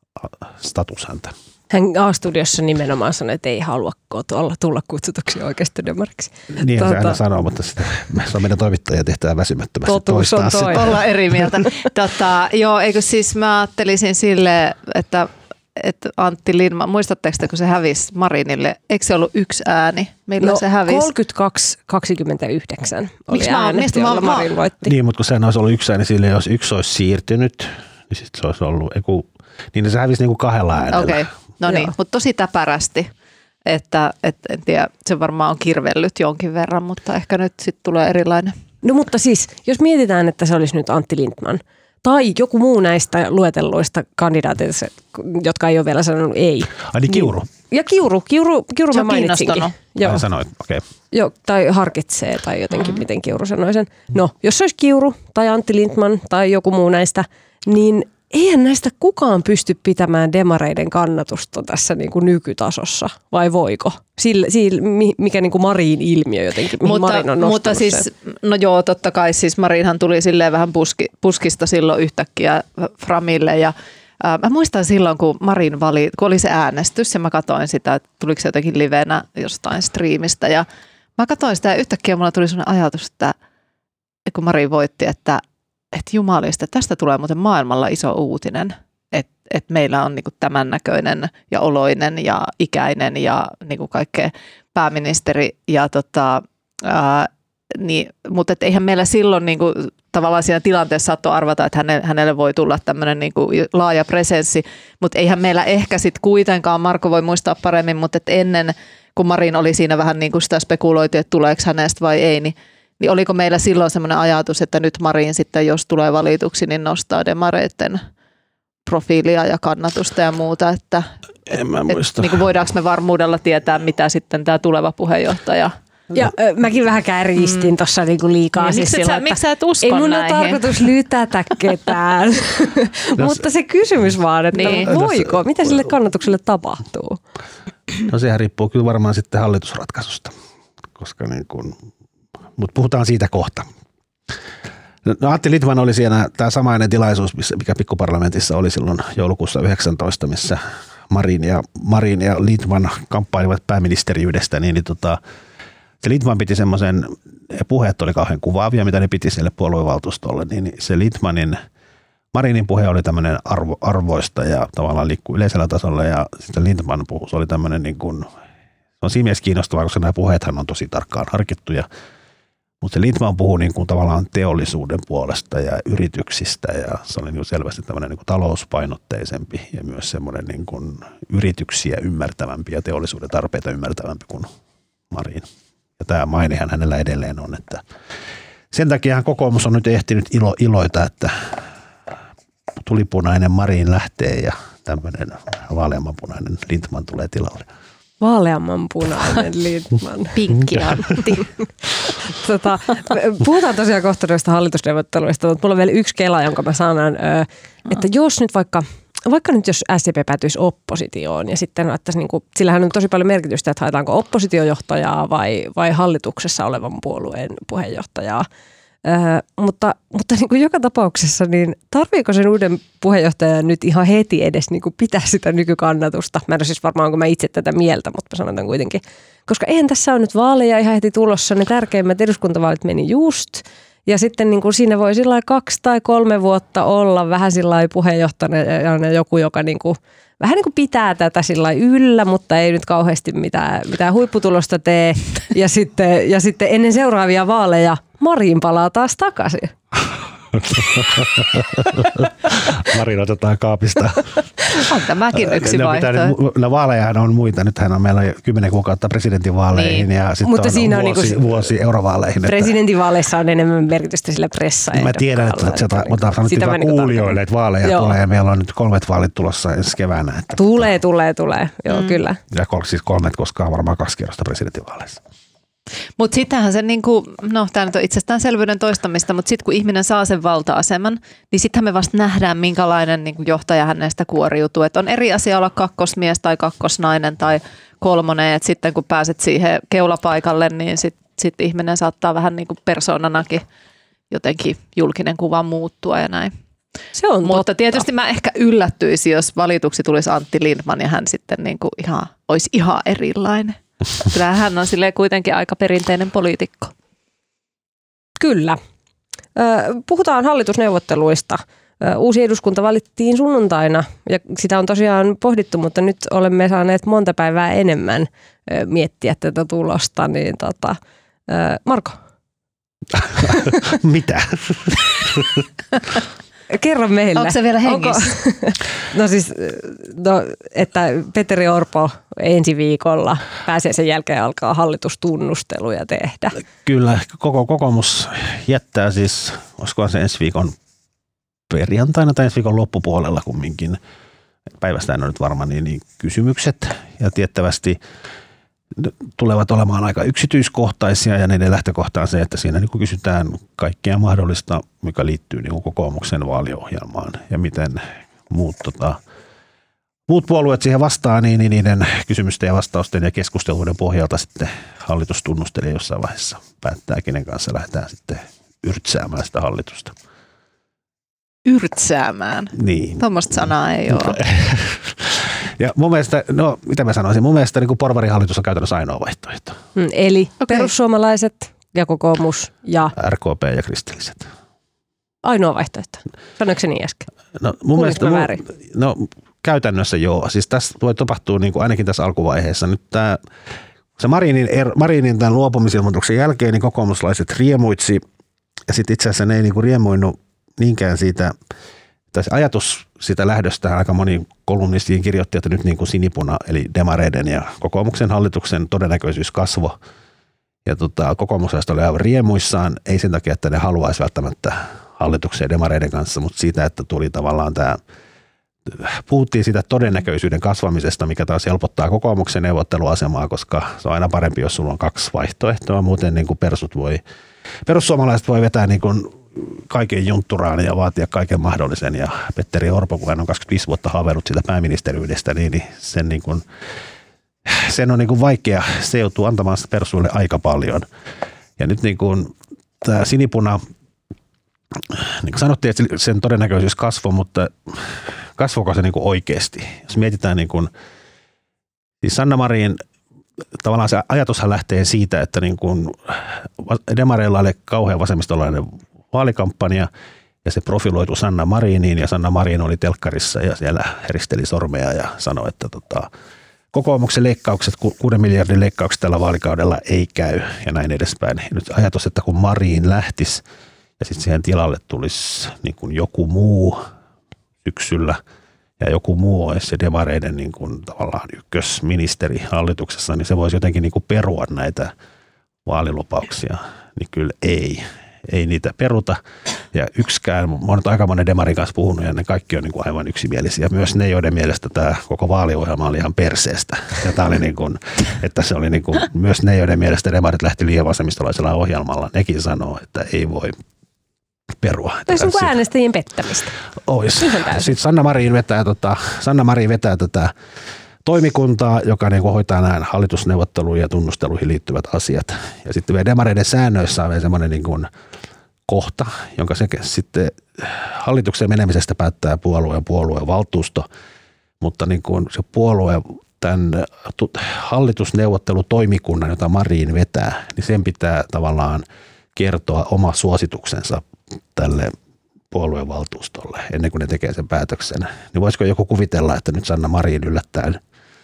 status häntä. Hän A-studiossa nimenomaan sanoi, että ei halua tuolla tulla kutsutuksi oikeistodemariksi. Niin tota, se aina sanoo, mutta sitä, se on meidän toimittajia tehtävä väsymättömästi totuus on toistaa toi. Olla eri mieltä. tota, joo, eikö siis mä ajattelisin sille, että, että Antti Lindman, muistatteko te, kun se hävisi Marinille, eikö se ollut yksi ääni, millä no, se hävisi? kolmekymmentäkaksi kaksikymmentäyhdeksän oli Miks mä oon- äänet, mistä mä jolla oon- mä- Marin voitti. Niin, mutta kun sehän olisi ollut yksi ääni sille, jos yksi olisi siirtynyt, niin sitten se olisi ollut, eiku, niin se hävisi niin kuin kahdella äänellä. Okei, okay. No niin, Joo. mutta tosi täpärästi, että et, en tiedä, se varmaan on kirvellyt jonkin verran, mutta ehkä nyt sitten tulee erilainen. No mutta siis, jos mietitään, että se olisi nyt Antti Lindman tai joku muu näistä luetelluista kandidaateista, jotka ei ole vielä sanonut ei. Ai niin Kiuru. Ja Kiuru, Kiuru, Kiuru Se mä on mainitsinkin. kiinnostunut. Joo. Ai sanoit, okei. Okay. Joo, tai harkitsee tai jotenkin, mm-hmm. miten Kiuru sanoi sen. No, jos se olisi Kiuru tai Antti Lindman tai joku muu näistä, niin eihän näistä kukaan pysty pitämään demareiden kannatusta tässä niin kuin nykytasossa, vai voiko? Sillä, sillä, mikä niin kuin Marin ilmiö jotenkin, mihin Mutta, Marin on nostanut mutta siis, sen. no joo, totta kai siis Marinhan tuli silleen vähän puski, puskista silloin yhtäkkiä Framille ja ää, mä muistan silloin, kun Marin vali, kun oli se äänestys ja mä katsoin sitä, että tuliko se jotenkin livenä jostain striimistä ja mä katsoin sitä ja yhtäkkiä mulla tuli sellainen ajatus, että kun Marin voitti, että että jumalista, tästä tulee muuten maailmalla iso uutinen, että et meillä on niinku tämän näköinen ja oloinen ja ikäinen ja niinku kaikkea pääministeri. Ja tota, ää, niin, mutta et eihän meillä silloin niinku, tavallaan siinä tilanteessa saattoi arvata, että hänelle, hänelle voi tulla tämmöinen niinku laaja presenssi, mutta eihän meillä ehkä sitten kuitenkaan, Marko voi muistaa paremmin, mutta et ennen kun Marin oli siinä vähän niin kuin sitä spekuloitiin, että tuleeko hänestä vai ei, niin Niin oliko meillä silloin semmoinen ajatus, että nyt Marin sitten, jos tulee valituksi, niin nostaa demareiden profiilia ja kannatusta ja muuta, että En mä et, muista. niin kuin voidaanko me varmuudella tietää, mitä sitten tämä tuleva puheenjohtaja. Ja ö, mäkin vähän kärjistin mm. tuossa niinku liikaa. Niin, siis miksi, sillä, sä, miksi sä et usko ei mun näihin? ole tarkoitus lytätä ketään, mutta se kysymys vaan, että Niin. voiko, mitä sille kannatukselle tapahtuu? No sehän riippuu kyllä varmaan sitten hallitusratkaisusta, koska niin kuin, mutta puhutaan siitä kohta. No Antti Lindman oli siinä tämä samainen tilaisuus, mikä pikkuparlamentissa oli silloin joulukuussa yhdeksäntoista, missä Marin ja, Marin ja Lindman kamppailivat pääministeriydestä, niin, niin tota, se Lindman piti semmoisen, puheet oli kauhean kuvaavia, mitä ne piti sille puoluevaltuustolle, niin se Lindmanin, Marinin puhe oli tämmöinen arvo, arvoista ja tavallaan liikkuu yleisellä tasolla ja sitten Lindman puhui, se oli tämmöinen niin kuin, se on siinä mielessä kiinnostavaa, koska nämä puheethan on tosi tarkkaan harkittuja. Mutta se Lindman puhuu niin kuin tavallaan teollisuuden puolesta ja yrityksistä ja se oli niin selvästi tämmöinen niin kuin talouspainotteisempi ja myös semmoinen niin kuin yrityksiä ymmärtävämpi ja teollisuuden tarpeita ymmärtävämpi kuin Marin. Ja tämä mainehan hänellä edelleen on, että sen takia kokoomus on nyt ehtinyt ilo, iloita, että tulipunainen Marin lähtee ja tämmöinen vaaleammanpunainen Lindman tulee tilalle. Vaaleammanpunainen Lindman. Pinkki Antti. tota, puhutaan tosiaan kohta noista hallitusneuvotteluista, mutta mulla on vielä yksi kela, jonka mä sanon, että jos nyt vaikka, vaikka nyt jos S D P päätyisi oppositioon ja sitten että niin kuin, sillähän on tosi paljon merkitystä, että haetaanko oppositiojohtajaa vai, vai hallituksessa olevan puolueen puheenjohtajaa. Öö, mutta mutta niin kuin joka tapauksessa, niin tarviiko sen uuden puheenjohtajan nyt ihan heti edes niin kuin pitää sitä nykykannatusta? Mä en ole siis varmaan, onko mä itse tätä mieltä, mutta mä sanon tämän kuitenkin. Koska eihän tässä ole nyt vaaleja ihan heti tulossa, ne tärkeimmät eduskuntavaalit meni just. Ja sitten niin kuin siinä voi sillä kaksi tai kolme vuotta olla vähän sillä puheenjohtajana joku, joka niin kuin, vähän niin kuin pitää tätä sillä yllä, mutta ei nyt kauheasti mitään, mitään huipputulosta tee. Ja sitten, ja sitten ennen seuraavia vaaleja Marin palaa taas takaisin. Marin otetaan kaapista. On tämäkin yksi no, vaihtoehto. No vaalejahan on muita. Nythän on meillä kymmenen kuukautta presidentinvaaleihin niin. ja sitten Mutta on siinä on vuosi, niinku, vuosi eurovaaleihin. Presidentinvaaleissa on enemmän merkitystä sillä pressa. Mä tiedän, että se mutta sanottiin vaan kuulijoille, että vaaleja Joo. tulee. Meillä on nyt kolmet vaalit tulossa ensi keväänä. Että tulee, tota, tulee, tulee. Joo, mm. kyllä. Ja siis kolmet, koska on varmaan kaksi kierrosta presidentinvaaleissa. Mutta sittenhän se, niinku, no tämä nyt on itsestäänselvyyden toistamista, mutta sitten kun ihminen saa sen valta-aseman, niin sittenhän me vasta nähdään, minkälainen niinku johtaja hänestä kuoriutuu. Et on eri asia olla kakkosmies tai kakkosnainen tai kolmonen, että sitten kun pääset siihen keulapaikalle, niin sitten sit ihminen saattaa vähän niinku persoonanakin jotenkin julkinen kuva muuttua ja näin. Se on Mutta totta. tietysti mä ehkä yllättyisin, jos valituksi tulisi Antti Lindtman ja hän sitten niin kuin ihan, olisi ihan erilainen. Kyllä hän on silleen kuitenkin aika perinteinen poliitikko. Kyllä. Puhutaan hallitusneuvotteluista. Uusi eduskunta valittiin sunnuntaina ja sitä on tosiaan pohdittu, mutta nyt olemme saaneet monta päivää enemmän miettiä tätä tulosta. Niin tota, Marko. Mitä? Kerro meille. Onko se vielä hengissä? Onko, no siis, no, että Petteri Orpo ensi viikolla pääsee sen jälkeen alkaa hallitustunnusteluja tehdä. Kyllä, koko kokoomus jättää siis, olisikohan se ensi viikon perjantaina tai ensi viikon loppupuolella kumminkin. Päivästä en ole nyt varma, niin, niin kysymykset ja tiettävästi tulevat olemaan aika yksityiskohtaisia ja niiden lähtökohta on se, että siinä niin kuin kysytään kaikkea mahdollista, mikä liittyy niin kuin kokoomuksen vaaliohjelmaan ja miten muut, tota, muut puolueet siihen vastaa, niin, niin niiden kysymysten ja vastausten ja keskusteluiden pohjalta sitten hallitus tunnustelee jossain vaiheessa päättää, kenen kanssa lähdetään sitten yrtsäämään sitä hallitusta. Yrtsäämään? Niin. Tuommoista sanaa ei ole. Ja mun mielestä, no mitä mä sanoisin, mun mielestä niin kuin porvarihallitus on käytännössä ainoa vaihtoehto. Mm, eli okay. Perussuomalaiset ja kokoomus ja R K P ja kristilliset. Ainoa vaihtoehto. Sanoiko se niin äsken? No, mun mielestä, mun, väärin? no käytännössä joo. Siis tässä voi tapahtua niin kuin ainakin tässä alkuvaiheessa. Nyt tämä, se Marinin, er, Marinin tämän luopumisilmoituksen jälkeen niin kokoomuslaiset riemuitsi ja sitten itse asiassa ne ei niin kuin riemuinut niinkään siitä, tai ajatus sitä lähdöstä aika moni kolumnistiin kirjoitti, että nyt niin kuin sinipuna eli demareiden ja kokoomuksen hallituksen todennäköisyys kasvoi. Ja tota, kokoomuslaiset oli aivan riemuissaan, ei sen takia, että ne haluaisi välttämättä hallituksen demareiden kanssa, mutta siitä, että tuli tavallaan tämä, puhuttiin siitä todennäköisyyden kasvamisesta, mikä taas helpottaa kokoomuksen neuvotteluasemaa, koska se on aina parempi, jos sulla on kaksi vaihtoehtoa. Muuten niin kuin persut voi, perussuomalaiset voi vetää niin kuin kaiken juntturaan ja vaatia kaiken mahdollisen. Ja Petteri Orpo, kun hän on kaksikymmentäviisi vuotta haaveillut siitä pääministeriydestä, niin sen, niin kuin, sen on niin kuin vaikea. Se joutuu antamaan sitä persuille aika paljon. Ja nyt niin kuin tämä sinipuna, niin kuin sanottiin, että sen todennäköisyys kasvoi, mutta kasvoiko se niin kuin oikeasti? Jos mietitään, niin kuin, siis Sanna Marin, tavallaan se ajatushan lähtee siitä, että niin kuin demareilla oli kauhean vasemmistolainen vaalikampanja ja se profiloitu Sanna Mariniin ja Sanna Marin oli telkkarissa ja siellä heristeli sormea ja sanoi, että tota, kokoomuksen leikkaukset, kuuden miljardin leikkaukset tällä vaalikaudella ei käy ja näin edespäin. Ja nyt ajatus, että kun Marin lähtisi ja sitten siihen tilalle tulisi niin kuin joku muu syksyllä ja joku muu olisi se demareiden niin kuin tavallaan ykkösministeri hallituksessa, niin se voisi jotenkin niin kuin perua näitä vaalilupauksia. Niin kyllä ei. Ei niitä peruta. Ja yksikään, mä oon nyt aika monen demarin kanssa puhunut ja ne kaikki on niin kuin aivan yksimielisiä. Myös ne, joiden mielestä tämä koko vaaliohjelma oli ihan perseestä. Ja tämä oli niin kuin, että se oli niin kuin, myös ne, joiden mielestä demarit lähti liian vasemmistolaisella ohjelmalla, nekin sanoo, että ei voi perua. Olisi niin kuin äänestäjien pettämistä. Ois. Sitten Sanna Marin vetää, tota, Sanna Marin vetää tätä toimikuntaa, joka niin kuin hoitaa nämä hallitusneuvotteluihin ja tunnusteluihin liittyvät asiat. Ja sitten vielä demareiden säännöissä on vielä semmoinen niin kuin kohta, jonka se sitten hallituksen menemisestä päättää puolueen puolueen valtuusto, mutta niin kuin se puolue tämän hallitusneuvottelutoimikunnan, jota Marin vetää, niin sen pitää tavallaan kertoa oma suosituksensa tälle puolueen valtuustolle ennen kuin ne tekee sen päätöksen. Niin voisiko joku kuvitella, että nyt Sanna Marin yllättäen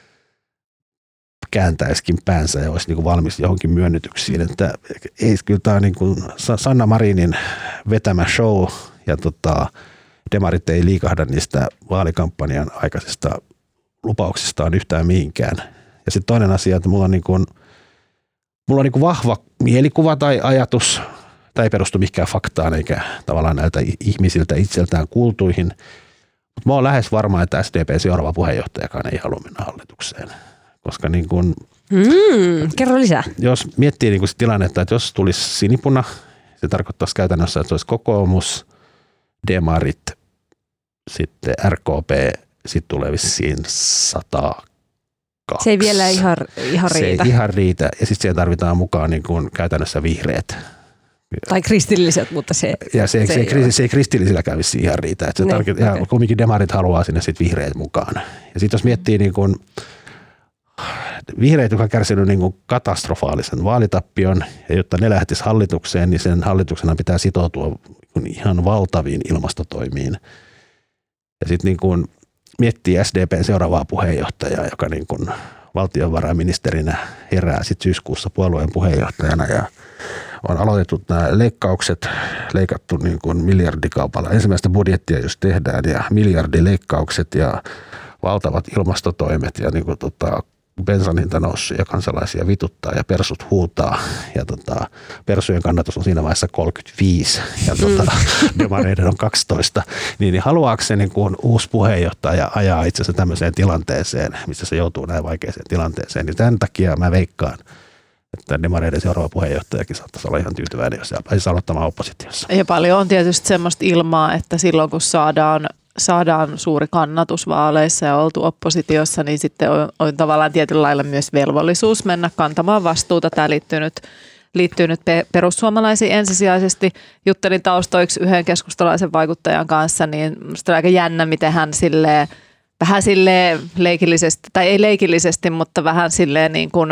kääntäisikin päänsä ja olisi niin kuin valmis johonkin myönnytyksiin. Että ei, kyllä tämä on niin kuin Sanna Marinin vetämä show ja tota, demarit ei liikahda niistä vaalikampanjan aikaisista lupauksistaan yhtään mihinkään. Ja sitten toinen asia, että mulla on, niin kuin, mulla on niin kuin vahva mielikuva tai ajatus, tai ei perustu mihinkään faktaan eikä tavallaan näiltä ihmisiltä itseltään kuultuihin. Mutta mä oon lähes varma, että S D P seuraava puheenjohtajakaan ei halua mennä hallitukseen. Koska niin kun, mm, kerro lisää. Jos miettii niin kun se tilannetta, että jos tulisi sinipuna, se tarkoittaisi käytännössä, että se olisi kokoomus, demarit, sitten R K P, sitten tulee vissiin sata kaksi. Se ei vielä ihan, ihan riitä. Se ei ihan riitä. Ja sitten siihen tarvitaan mukaan niin kun käytännössä vihreät. Tai kristilliset, mutta se, ja se, se, se, ei, se, se ei kristillisillä kävisi ihan riitä. Että se niin, tarkoittaa, ja okay. kumminkin demarit haluaa sinne sitten vihreät mukaan. Ja sitten jos miettii niin kuin vihreät, joka on kärsinyt niin kuin katastrofaalisen vaalitappion, ja jotta ne lähtisi hallitukseen, niin sen hallituksena pitää sitoutua ihan valtaviin ilmastotoimiin. Ja sitten niin kuin miettii S D P:n seuraavaa puheenjohtajaa, joka niin kuin valtiovarainministerinä herää sitten syyskuussa puolueen puheenjohtajana ja on aloitettu nämä leikkaukset, leikattu niin kuin miljardikaupalla. Ensimmäistä budjettia jos tehdään ja miljardileikkaukset ja valtavat ilmastotoimet ja niin kuin tota, bensan hinta noussut ja kansalaisia vituttaa ja persut huutaa ja tota, persujen kannatus on siinä vaiheessa kolmekymmentäviisi ja tota, mm. demareiden on kaksitoista, niin, niin haluaako se niin kuin uusi puheenjohtaja ajaa itse asiassa tämmöiseen tilanteeseen, missä se joutuu näin vaikeaseen tilanteeseen, niin tämän takia mä veikkaan, että demareiden seuraava puheenjohtajakin saattaisi olla ihan tyytyväinen, jos se pääsisi aloittamaan oppositiossa. Ja paljon on tietysti semmoista ilmaa, että silloin kun saadaan saadaan suuri kannatus vaaleissa ja oltu oppositiossa, niin sitten on, on tavallaan tietyllä lailla myös velvollisuus mennä kantamaan vastuuta. Tämä liittyy nyt, liittyy nyt perussuomalaisiin ensisijaisesti. Juttelin taustoiksi yhden keskustalaisen vaikuttajan kanssa, niin minusta oli aika jännä, miten hän silleen, vähän silleen leikillisesti, tai ei leikillisesti, mutta vähän silleen niin kuin,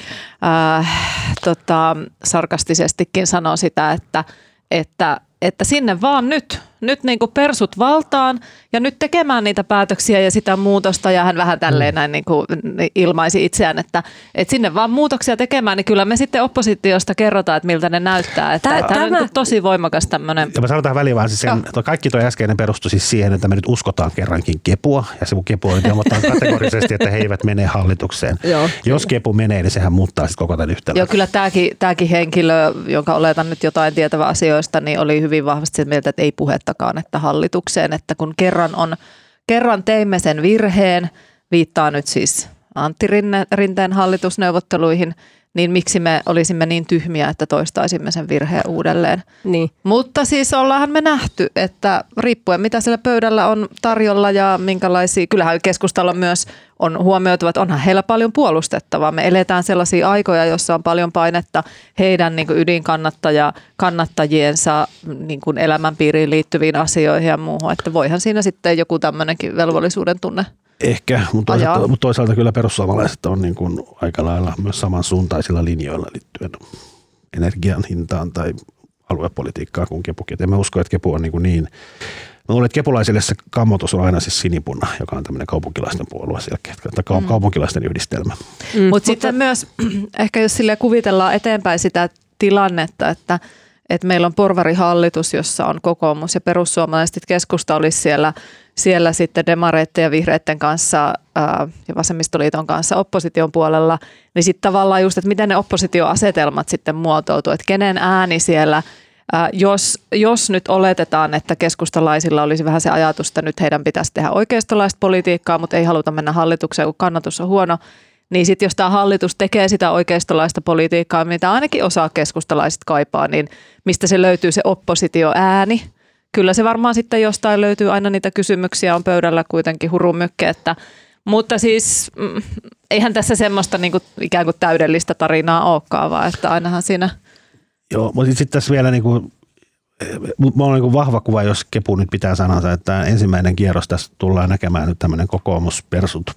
äh, tota, sarkastisestikin sanoo sitä, että, että, että sinne vaan nyt. Nyt niin kuin persut valtaan ja nyt tekemään niitä päätöksiä ja sitä muutosta ja hän vähän tälleen näin niin kuin ilmaisi itseään, että, että sinne vaan muutoksia tekemään, niin kyllä me sitten oppositiosta kerrotaan, että miltä ne näyttää. Että tämä, tämä on niin tosi voimakas tämmöinen. Ja mä sanon tähän väliin vaan, siis sen, toi kaikki tuo äskeinen perustui siis siihen, että me nyt uskotaan kerrankin Kepua ja se kun Kepu on ilmoittanut kategorisesti, että he eivät mene hallitukseen. Joo. Jos Kepu menee, niin sehän muuttaa sitten koko tämän yhtälön. Joo, kyllä tämäkin, tämäkin henkilö, jonka oletan nyt jotain tietävä asioista, niin oli hyvin vahvasti sitä mieltä, että ei puhetta että hallitukseen, että kun kerran, on, kerran teimme sen virheen, viittaa nyt siis Antti Rinne, Rinteen hallitusneuvotteluihin, niin miksi me olisimme niin tyhmiä, että toistaisimme sen virheen uudelleen. Niin. Mutta siis ollaanhan me nähty, että riippuen mitä siellä pöydällä on tarjolla ja minkälaisia, kyllähän keskustalla myös on huomioitu, että onhan heillä paljon puolustettavaa. Me eletään sellaisia aikoja, joissa on paljon painetta heidän niin kuin ydinkannattaja, kannattajiensa niin kuin elämänpiiriin liittyviin asioihin ja muuhun, että voihan siinä sitten joku tämmöinenkin velvollisuuden tunne. Ehkä, mutta toisaalta, mutta toisaalta kyllä perussuomalaiset on niin kuin aika lailla myös samansuuntaisilla linjoilla liittyen energian hintaan tai aluepolitiikkaan kuin Kepukin. En mä usko, että Kepu on niin, niin mä luulen, että kepulaisille se kammotus on aina siis Sinipuna, joka on tämmöinen kaupunkilaisten puolue selkeä, tai mm. kaupunkilaisten yhdistelmä. Mm, Mut mutta sitten myös, ehkä jos silleen kuvitellaan eteenpäin sitä tilannetta, että että meillä on porvarihallitus, jossa on kokoomus ja perussuomalaiset, keskusta olisi siellä, siellä sitten demareitten ja vihreitten kanssa ää, ja vasemmistoliiton kanssa opposition puolella, niin sitten tavallaan just, että miten ne oppositioasetelmat sitten muotoutuu, että kenen ääni siellä, ää, jos, jos nyt oletetaan, että keskustalaisilla olisi vähän se ajatus, että nyt heidän pitäisi tehdä oikeistolaista politiikkaa, mutta ei haluta mennä hallitukseen, kun kannatus on huono, niin sitten jos tämä hallitus tekee sitä oikeistolaista politiikkaa, mitä ainakin osa keskustalaiset kaipaa, niin mistä se löytyy se oppositioääni? Kyllä se varmaan sitten jostain löytyy, aina niitä kysymyksiä on pöydällä kuitenkin hurumykke, että, mutta siis mm, eihän tässä semmoista niin kuin, ikään kuin täydellistä tarinaa olekaan, vaan että ainahan siinä. Joo, mutta sitten tässä vielä niin kuin, mulla on niin kuin vahva kuva, jos Kepu nyt pitää sanansa, että ensimmäinen kierros tässä tullaan näkemään nyt tämmöinen kokoomuspersut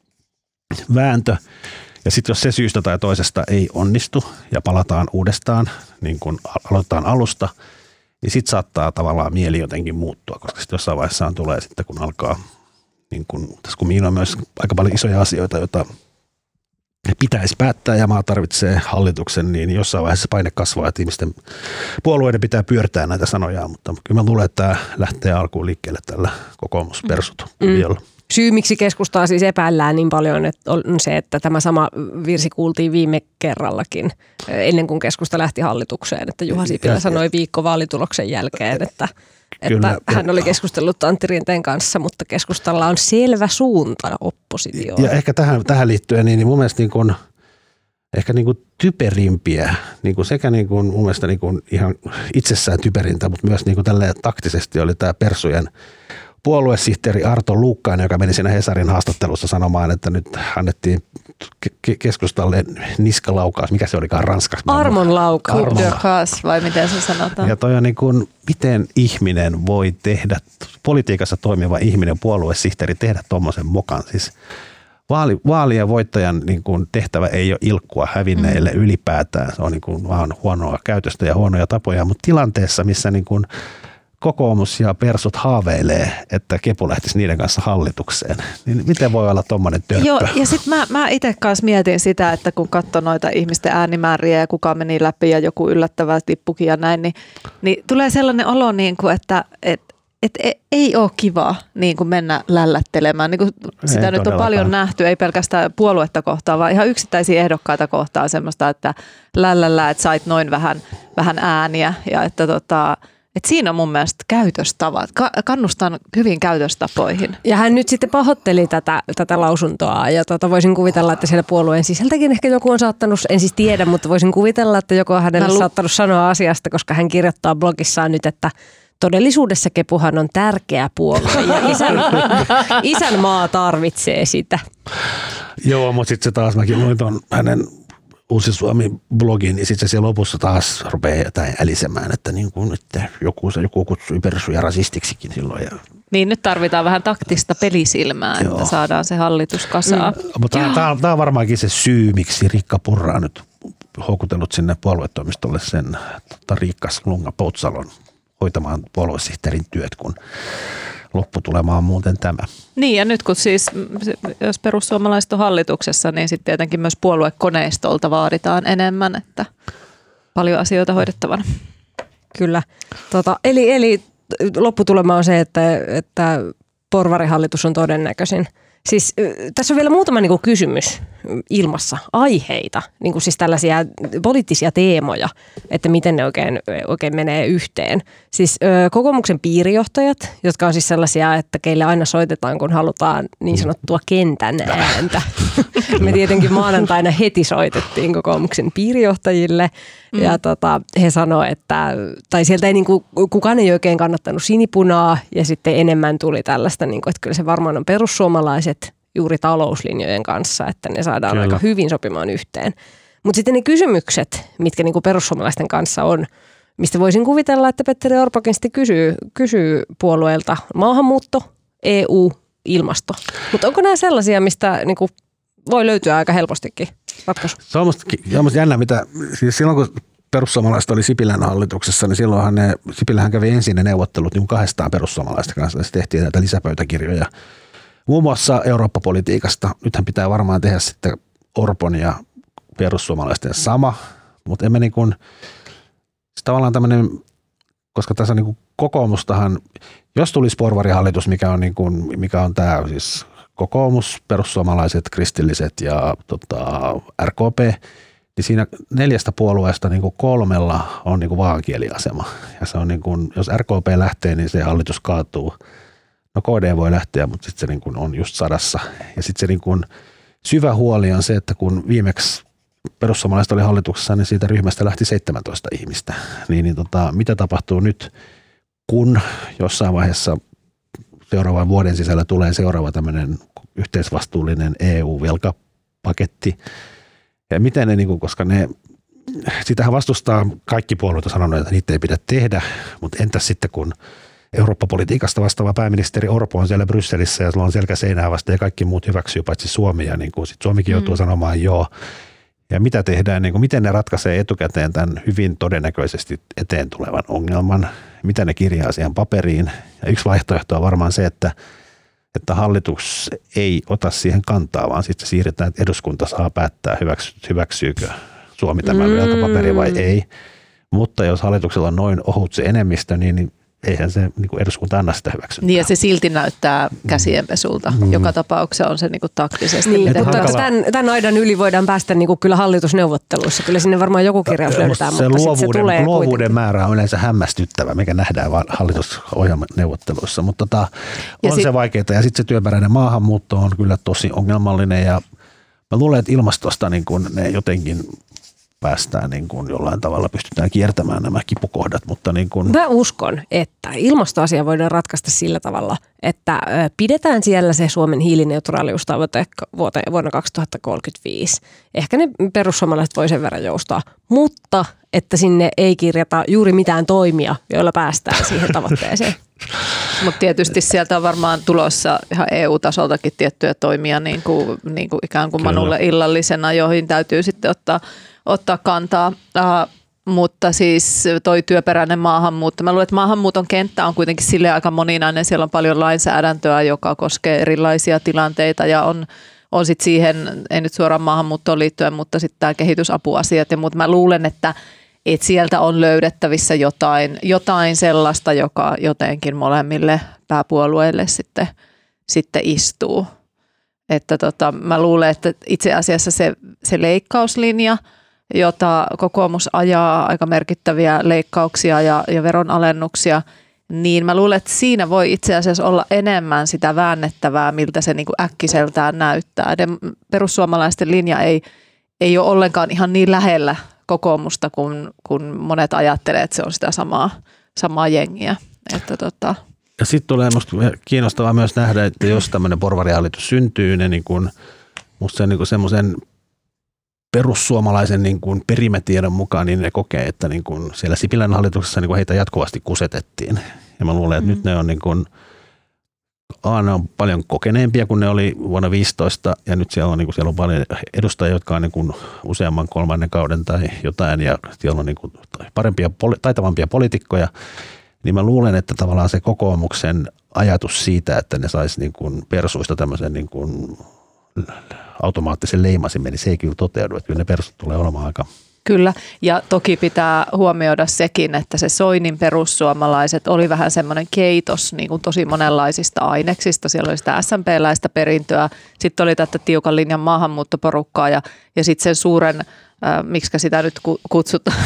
vääntö. Ja sitten jos se syystä tai toisesta ei onnistu ja palataan uudestaan, niin kun aloitetaan alusta, niin sitten saattaa tavallaan mieli jotenkin muuttua, koska sitten jossain vaiheessa tulee sitten, kun alkaa, niin kun, tässä kun miillä on myös aika paljon isoja asioita, joita pitäisi päättää ja maa tarvitsee hallituksen, niin jossain vaiheessa paine kasvaa, että ihmisten puolueiden pitää pyörtää näitä sanoja, mutta kyllä mä luulen, että tämä lähtee alkuun liikkeelle tällä kokoomuspersut kuviolla. Mm. Syy, miksi keskustaa siis epäillään niin paljon, että on se, että tämä sama virsi kuultiin viime kerrallakin, ennen kuin keskusta lähti hallitukseen. Että Juha Sipilä sanoi viikko vaalituloksen jälkeen, että, että hän oli keskustellut Antti Rinteen kanssa, mutta keskustalla on selvä suunta oppositioon. Ja ehkä tähän, tähän liittyen, niin, niin mun mielestä niin kuin, ehkä niin kuin typerimpiä, niin kuin sekä niin kuin mun mielestä niin kuin ihan itsessään typerintä, mutta myös niin kuin tälleen taktisesti oli tämä persujen puoluesihteeri Arto Luukkainen, joka meni siinä Hesarin haastattelussa sanomaan, että nyt annettiin ke- keskustalle niskalaukaus, mikä se olikaan ranskaksi? Armon laukaus. Coup de grâce, vai miten se sanotaan? Ja toi on niin kuin, miten ihminen voi tehdä, politiikassa toimiva ihminen, puoluesihteeri, tehdä tuommoisen mokan. Siis vaali, vaalien voittajan niin kuin tehtävä ei ole ilkkua hävinneille mm. ylipäätään. Se on niin kuin vaan huonoa käytöstä ja huonoja tapoja, mutta tilanteessa, missä niin kuin kokoomus ja persut haaveilee, että Kepu lähtisi niiden kanssa hallitukseen, niin miten voi olla tommoinen törppö? Joo, ja sitten mä, mä itse kanssa mietin sitä, että kun katsoi noita ihmisten äänimääriä ja kuka meni läpi ja joku yllättävä tippukin ja näin, niin, niin tulee sellainen olo, niin kuin, että et, et, et, ei ole kiva niin kuin mennä lällättelemään. Niin kuin sitä ei nyt on paljon nähty, ei pelkästään puoluetta kohtaan, vaan ihan yksittäisiä ehdokkaita kohtaan semmoista, että lällällä, että sait noin vähän, vähän ääniä ja että tota... Et siinä on mun mielestä käytöstavat. Ka- kannustan hyvin käytöstapoihin. Ja hän nyt sitten pahoitteli tätä, tätä lausuntoa ja tota, voisin kuvitella, että siellä puolueen sisältäkin ehkä joku on saattanut, en siis tiedä, mutta voisin kuvitella, että joku on hänelle lu- saattanut sanoa asiasta, koska hän kirjoittaa blogissaan nyt, että todellisuudessa Kepuhan on tärkeä puolue ja isän, isän maa tarvitsee sitä. Joo, mutta sitten se taas, mäkin luin ton hänen Uusi Suomi-blogin, niin sitten se siellä lopussa taas rupeaa jotain älisemään, että, niin kuin, että joku, joku kutsui persuja rasistiksikin silloin. Ja niin nyt tarvitaan vähän taktista pelisilmää, Joo. että saadaan se hallitus kasaan. Mm. Mutta tämä, tämä on varmaankin se syy, miksi Riikka Purra on nyt houkutellut sinne puoluetoimistolle sen tota, Riikka Slunga-Poutsalon hoitamaan puoluesihteerin työt, kun lopputulema on muuten tämä. Niin ja nyt kun siis, jos perussuomalaiset on hallituksessa, niin sitten tietenkin myös puoluekoneistolta vaaditaan enemmän, että paljon asioita hoidettavana. Kyllä. Tota, eli, eli lopputulema on se, että, että porvarihallitus on todennäköisin. Siis tässä on vielä muutama niin kuin kysymys ilmassa, aiheita, niin kuin siis tällaisia poliittisia teemoja, että miten ne oikein, oikein menee yhteen. Siis ö, kokoomuksen piirijohtajat, jotka on siis sellaisia, että keille aina soitetaan, kun halutaan niin sanottua kentän ääntä. Me tietenkin maanantaina heti soitettiin kokoomuksen piirijohtajille mm. ja tota, he sanoivat, että, tai sieltä ei niin kuin, kukaan ei oikein kannattanut sinipunaa ja sitten enemmän tuli tällaista, niin kuin, että kyllä se varmaan on perussuomalaiset juuri talouslinjojen kanssa, että ne saadaan Kyllä. aika hyvin sopimaan yhteen. Mutta sitten ne kysymykset, mitkä niinku perussuomalaisten kanssa on, mistä voisin kuvitella, että Petteri Orpokin sitten kysyy, kysyy puolueelta maahanmuutto, E U, ilmasto. Mutta onko nämä sellaisia, mistä niinku voi löytyä aika helpostikin ratkaisu? Se on musta jännä, mitä siis silloin kun perussuomalaiset oli Sipilän hallituksessa, niin silloinhan ne, Sipilähän kävi ensin ne neuvottelut niin kahdestaan perussuomalaisten kanssa, ja se tehtiin näitä lisäpöytäkirjoja. Muun muassa Eurooppa-politiikasta. Nythän pitää varmaan tehdä sitten Orpon ja perussuomalaisten sama, mutta emme niin kuin, tavallaan tämmöinen, koska tässä niin kuin kokoomustahan, jos tulisi porvarihallitus, mikä on, niin kuin, mikä on tämä siis kokoomus, perussuomalaiset, kristilliset ja tota, R K P, niin siinä neljästä puolueesta niin kuin kolmella on niin kuin vaankieliasema. Ja se on niin kuin, jos R K P lähtee, niin se hallitus kaatuu. No K D voi lähteä, mutta sitten se niin kuin on just sadassa. Ja sitten se niin kuin syvä huoli on se, että kun viimeksi perussuomalaiset oli hallituksessa, niin siitä ryhmästä lähti seitsemäntoista ihmistä. Niin, niin tota, mitä tapahtuu nyt, kun jossain vaiheessa seuraavan vuoden sisällä tulee seuraava tämmöinen yhteisvastuullinen E U-velkapaketti. Ja miten ne, niin kuin, koska ne, sitähän vastustaa kaikki puolueet sanonut, että niitä ei pidä tehdä, mutta entäs sitten kun Eurooppa-politiikasta vastaava pääministeri Orpo on siellä Brysselissä ja sulla on selkä seinää vasta ja kaikki muut hyväksyy paitsi Suomi ja niin kuin sit Suomikin joutuu mm. sanomaan joo. Ja mitä tehdään, niin kuin, miten ne ratkaisee etukäteen tämän hyvin todennäköisesti eteen tulevan ongelman, mitä ne kirjaa siihen paperiin. Ja yksi vaihtoehto on varmaan se, että, että hallitus ei ota siihen kantaa, vaan sitten siirretään, että eduskunta saa päättää, hyväksy, hyväksyykö Suomi tämän mm. velkapaperi vai ei. Mutta jos hallituksella on noin ohut se enemmistö, niin eihän se niin kuin eduskunta anna sitä hyväksyntää. Niin ja se silti näyttää käsienpesulta. Mm. Joka tapauksessa on se niin kuin taktisesti. Niin, mutta tämän, tämän aidan yli voidaan päästä niin kuin kyllä hallitusneuvotteluissa. Kyllä sinne varmaan joku kirjaus löydetään, se mutta luovuuden, se tulee luovuuden kuitenkin. määrä on yleensä hämmästyttävä, mikä nähdään vaan hallitusohjelman neuvotteluissa. Mutta tota, on sit, se vaikeaa. Ja sitten se työperäinen maahanmuutto on kyllä tosi ongelmallinen. Ja mä luulen, että ilmastosta niin kun ne jotenkin päästään niin kuin jollain tavalla pystytään kiertämään nämä kipukohdat. Mutta niin kuin mä uskon, että ilmastoasia voidaan ratkaista sillä tavalla, että pidetään siellä se Suomen hiilineutraaliustavoite vuonna kaksituhattakolmekymmentäviisi. Ehkä ne perussuomalaiset voi sen verran joustaa, mutta että sinne ei kirjata juuri mitään toimia, joilla päästään siihen tavoitteeseen. Mutta tietysti sieltä on varmaan tulossa ihan E U-tasoltakin tiettyjä toimia niin kuin, niin kuin ikään kuin Manulle illallisena, joihin täytyy sitten ottaa, ottaa kantaa. Uh, mutta siis toi työperäinen maahanmuutto. Mä luulen, että maahanmuuton kenttä on kuitenkin sille aika moninainen. Siellä on paljon lainsäädäntöä, joka koskee erilaisia tilanteita ja on, on sitten siihen, ei nyt suoraan maahanmuuttoon liittyen, mutta sitten tämä kehitysapuasiat ja muut. Mä luulen, että että sieltä on löydettävissä jotain, jotain sellaista, joka jotenkin molemmille pääpuolueille sitten, sitten istuu. Että tota, mä luulen, että itse asiassa se, se leikkauslinja, jota kokoomus ajaa, aika merkittäviä leikkauksia ja, ja veronalennuksia, niin mä luulen, että siinä voi itse asiassa olla enemmän sitä väännettävää, miltä se niin kuin äkkiseltään näyttää. Perussuomalaisten linja ei, ei ole ollenkaan ihan niin lähellä kokoomusta, kun, kun monet ajattelee, että se on sitä samaa, samaa jengiä. Että tota. Ja sitten tulee musta kiinnostavaa myös nähdä, että jos tämmöinen porvarihallitus syntyy, niin kuin, musta se niin semmoisen perussuomalaisen niin kuin perimätiedon mukaan, niin ne kokee, että niin kuin siellä Sipilän hallituksessa niin kuin heitä jatkuvasti kusetettiin. Ja mä luulen, että mm. nyt ne on niin kuin, A, ne on paljon kokeneempia kuin ne oli vuonna viisitoista ja nyt siellä on, niin kuin, siellä on paljon edustajia, jotka on niin kuin useamman kolmannen kauden tai jotain ja siellä on niin kuin parempia, taitavampia poliitikkoja, niin mä luulen, että tavallaan se kokoomuksen ajatus siitä, että ne sais niin kuin persuista tämmöisen niin kuin automaattisen leimasimen, niin se ei kyllä toteudu, että kyllä ne persut tulee olemaan aika. Kyllä, ja toki pitää huomioida sekin, että se Soinin perussuomalaiset oli vähän semmoinen keitos niin kuin tosi monenlaisista aineksista. Siellä oli sitä S M P-läistä perintöä, sitten oli tätä tiukan linjan maahanmuuttoporukkaa ja, ja sitten sen suuren, äh, miksikä sitä nyt kutsutaan,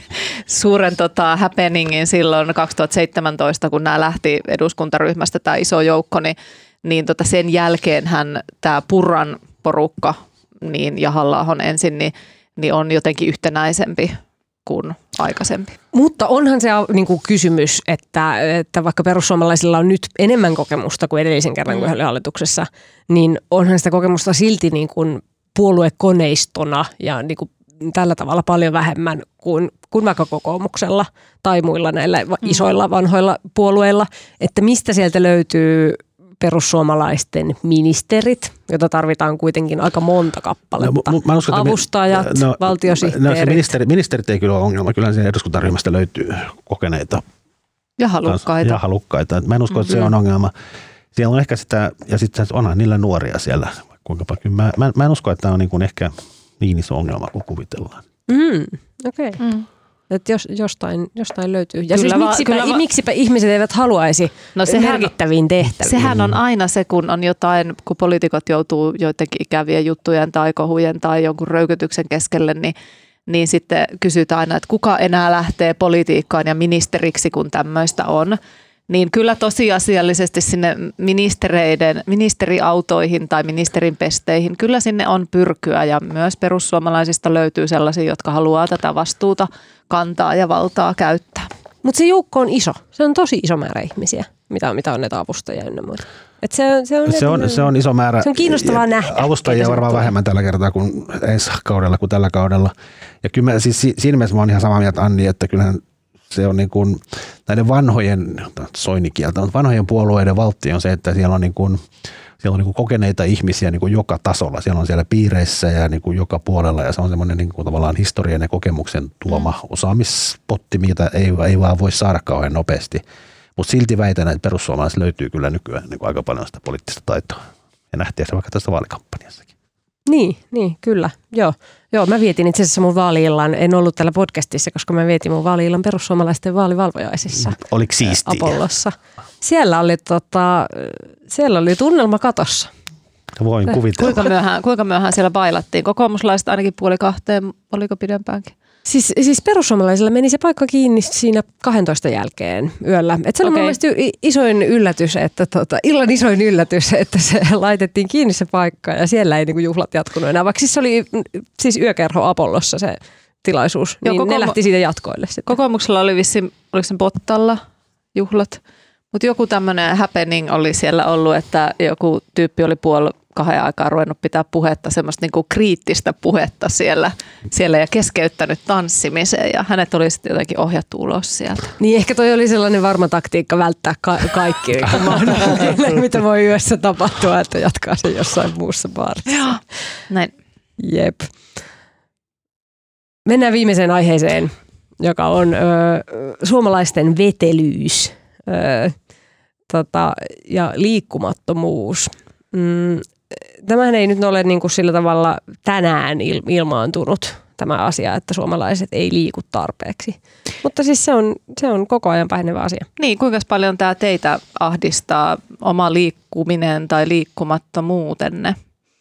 suuren tota, happeningin silloin kaksituhattaseitsemäntoista, kun nämä lähti eduskuntaryhmästä tämä iso joukko, niin, niin tota sen jälkeenhän tämä Purran porukka niin, ja Halla-ahon ensin, niin niin on jotenkin yhtenäisempi kuin aikaisempi. Mutta onhan se niin kuin kysymys, että, että vaikka perussuomalaisilla on nyt enemmän kokemusta kuin edellisen kerran, kun he oli hallituksessa, niin onhan sitä kokemusta silti niin kuin puoluekoneistona ja niin kuin tällä tavalla paljon vähemmän kuin, kuin vaikka kokoomuksella tai muilla näillä isoilla vanhoilla puolueilla, että mistä sieltä löytyy perussuomalaisten ministerit, joita tarvitaan kuitenkin aika monta kappaletta. No, mä uskon, avustajat, no, valtiosihteerit. No, ministeri, ministerit ei kyllä ole ongelma. Kyllä siinä eduskuntaryhmästä löytyy kokeneita. Ja halukkaita. Ja halukkaita. Mä en usko, että mm-hmm. se on ongelma. Siellä on ehkä sitä, ja sitten onhan niillä nuoria siellä. Kuinka paljon. Mä, mä, mä en usko, että tämä on niin kuin ehkä niin iso ongelma kuin kuvitellaan. Mm, okei. Okay. Mm. Että jos, jostain, jostain löytyy. Ja siis miksipä, va- miksipä ihmiset eivät haluaisi no merkittäviin tehtäviin? Sehän on aina se, kun on jotain, kun poliitikot joutuu joidenkin ikävien juttujen tai kohujen tai jonkun röykytyksen keskelle, niin, niin sitten kysytään aina, että kuka enää lähtee politiikkaan ja ministeriksi, kun tämmöistä on. Niin kyllä tosiasiallisesti sinne ministereiden, ministeriautoihin tai ministerin pesteihin, kyllä sinne on pyrkyä ja myös perussuomalaisista löytyy sellaisia, jotka haluaa tätä vastuuta kantaa ja valtaa käyttää. Mutta se joukko on iso. Se on tosi iso määrä ihmisiä, mitä on, mitä on näitä avustajia ynnä muuta. Et se, on, se, on, se, on, se on iso määrä. Se on kiinnostavaa nähdä. Avustajia varmaan tulee vähemmän tällä kertaa kuin ensi kaudella kuin tällä kaudella. Ja kyllä mä, siis siinä mielessä mä oon ihan samaa mieltä Anni, että kyllähän se on niin kuin näiden vanhojen, soinikieltä, mutta vanhojen puolueiden valtti on se, että siellä on, niin kuin, siellä on niin kuin kokeneita ihmisiä niin kuin joka tasolla. Siellä on siellä piireissä ja niin kuin joka puolella ja se on semmoinen niin kuin tavallaan historian ja kokemuksen tuoma osaamispotti, mitä ei, ei vaan voi saada kauhean nopeasti. Mutta silti väitän, että perussuomalaiset löytyy kyllä nykyään niin kuin aika paljon sitä poliittista taitoa. Ja nähtiin se vaikka tässä vaalikampanjassakin. Niin, niin, kyllä. Joo, joo, mä vietin itse asiassa mun vaali-illan, en ollut täällä podcastissa, koska mä vietin mun vaali-illan perussuomalaisten vaalivalvojaisissa. Oliko siistiä? Apollossa. Siellä oli, tota, siellä oli tunnelma katossa. Voin kuvitella. Kuinka myöhään, kuinka myöhään siellä bailattiin? Kokoomuslaiset ainakin puoli kahteen, oliko pidempäänkin? Siis, siis perussuomalaisilla meni se paikka kiinni siinä kahdentoista jälkeen yöllä. Et se oli okay. Mun mielestä isoin yllätys, että tota, illan isoin yllätys, että se laitettiin kiinni se paikka ja siellä ei niinku juhlat jatkunut enää. Vaikka siis se oli siis yökerho Apollossa se tilaisuus, Joo, niin koko- ne lähti siitä jatkoille sitten. Kokoomuksella oli vissiin, oliko se Bottalla juhlat, mutta joku tämmöinen happening oli siellä ollut, että joku tyyppi oli puoli kahden aikaa ruvennut pitää puhetta, semmoista niinku kriittistä puhetta siellä, siellä ja keskeyttänyt tanssimiseen ja hänet oli sitten jotenkin ohjattu ulos sieltä. Niin ehkä toi oli sellainen varma taktiikka välttää ka- kaikki niin mahdollinen, mitä voi yössä tapahtua, että jatkaa sen jossain muussa baarissa. Joo, näin. Jep. Mennään viimeiseen aiheeseen, joka on ö, suomalaisten vetelyys ö, tota, ja liikkumattomuus. Mm, tämähän ei nyt ole niin kuin sillä tavalla tänään il- ilmaantunut tämä asia, että suomalaiset ei liiku tarpeeksi. Mutta siis se on, se on koko ajan päihdenevä asia. Niin, kuinka paljon tämä teitä ahdistaa oma liikkuminen tai liikkumattomuutenne?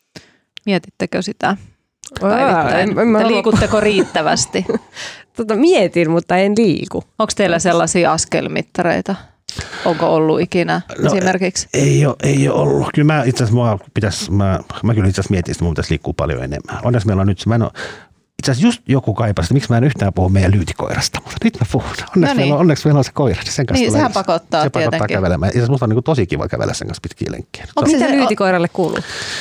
Mietittekö sitä päivittäin? en- en mä Että halua- liikutteko riittävästi? Tota, mietin, mutta en liiku. Onko teillä sellaisia askelmittareita? Onko ollut ikinä No, esimerkiksi? Ei ole, ei ole ollut. Kyllä mä itse asiassa, mua pitäisi, mä, mä kyllä itse asiassa mietin, että mun pitäisi liikkua paljon enemmän. Onneksi meillä on nyt, mä en ole, itse asiassa just joku kaipasi, että miksi mä en yhtään puhu meidän lyytikoirasta, mutta nyt mä puhun. Onneksi, No niin. meillä, on, onneksi meillä on se koira, niin sen kanssa Niin, tulee sehän lisää. pakottaa Se pakottaa tietenkin. kävelemään. Itse asiassa musta on niin kuin tosi kiva kävellä sen kanssa pitkiä lenkkejä. Onko se Mitä se- lyytikoiralle kuuluu?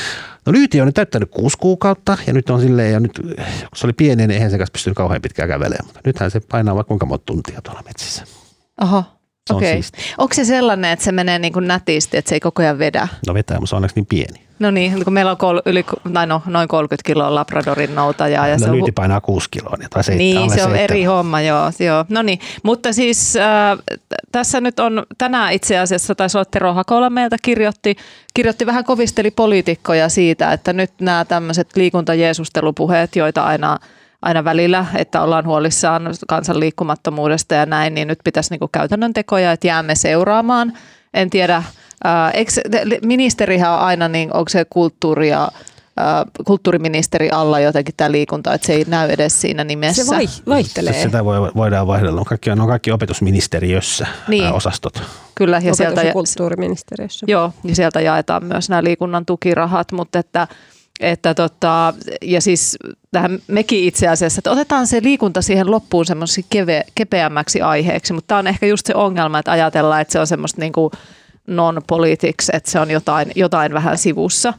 No Lyyti on nyt täyttänyt kuusi kuukautta ja nyt on silleen, ja nyt kun se oli pieni, niin eihän sen kanssa pystynyt kauhean pitkään kävelemään, mutta nythän se painaa vaikka kuinka monta tuntia tuolla metsissä. Oho, Se on okei. siistiä. Onko se sellainen, että se menee niin kuin nätisti, että se ei koko ajan vedä? No vetää, mutta se on onneksi niin pieni. No niin, kun meillä on kol- yli, tai no, noin kolmekymmentä kiloa Labradorin noutajaa. Ja No se on, Lyyti painaa kuusi kiloa, niin tai seitsemän. niin, alle se on seitsemän. eri homma, joo. joo. No niin, mutta siis äh, tässä nyt on tänään itse asiassa, taisi olla Tero Hakola meiltä kirjoitti, kirjoitti vähän kovisteli poliitikkoja siitä, että nyt nämä tämmöiset liikuntajeesustelupuheet, joita aina aina välillä, että ollaan huolissaan kansan liikkumattomuudesta ja näin, niin nyt pitäisi niinku käytännön tekoja, että jäämme seuraamaan. En tiedä, ää, eikö, ministerihän on aina, niin onko se kulttuuri ja ää, kulttuuriministeri alla jotenkin tämä liikunta, että se ei näy edes siinä nimessä. Se vai, vaihtelee. Se- Sitä voi, voidaan vaihdella. On kaikki, on kaikki opetusministeriössä Niin. niin. osastot. Kyllä, ja Opetus- sieltä, ja kulttuuriministeriössä. joo, niin sieltä jaetaan myös nämä liikunnan tukirahat, mutta että Että tota, ja siis tähän mekin itse asiassa, että otetaan se liikunta siihen loppuun semmoiseksi keve, kepeämmäksi aiheeksi, mutta tämä on ehkä just se ongelma, että ajatellaan, että se on semmoista niinku non-politics, että se on jotain, jotain vähän sivussa.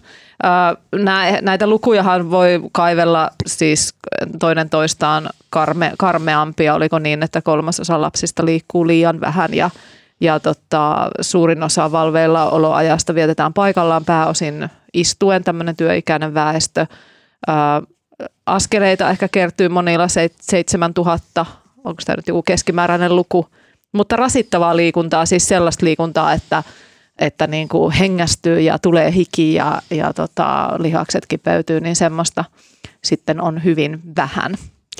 Nää, näitä lukujahan voi kaivella siis toinen toistaan karme, karmeampia, oliko niin, että kolmasosa lapsista liikkuu liian vähän ja Ja tota, suurin osa valveilla oloajasta vietetään paikallaan pääosin istuen, tämmöinen työikäinen väestö. Ää, askeleita ehkä kertyy monilla seitsemäntuhatta, onko tämä nyt joku keskimääräinen luku, mutta rasittavaa liikuntaa, siis sellaista liikuntaa, että, että niin kuin hengästyy ja tulee hiki ja, ja tota, lihakset kipeytyy, niin semmoista sitten on hyvin vähän.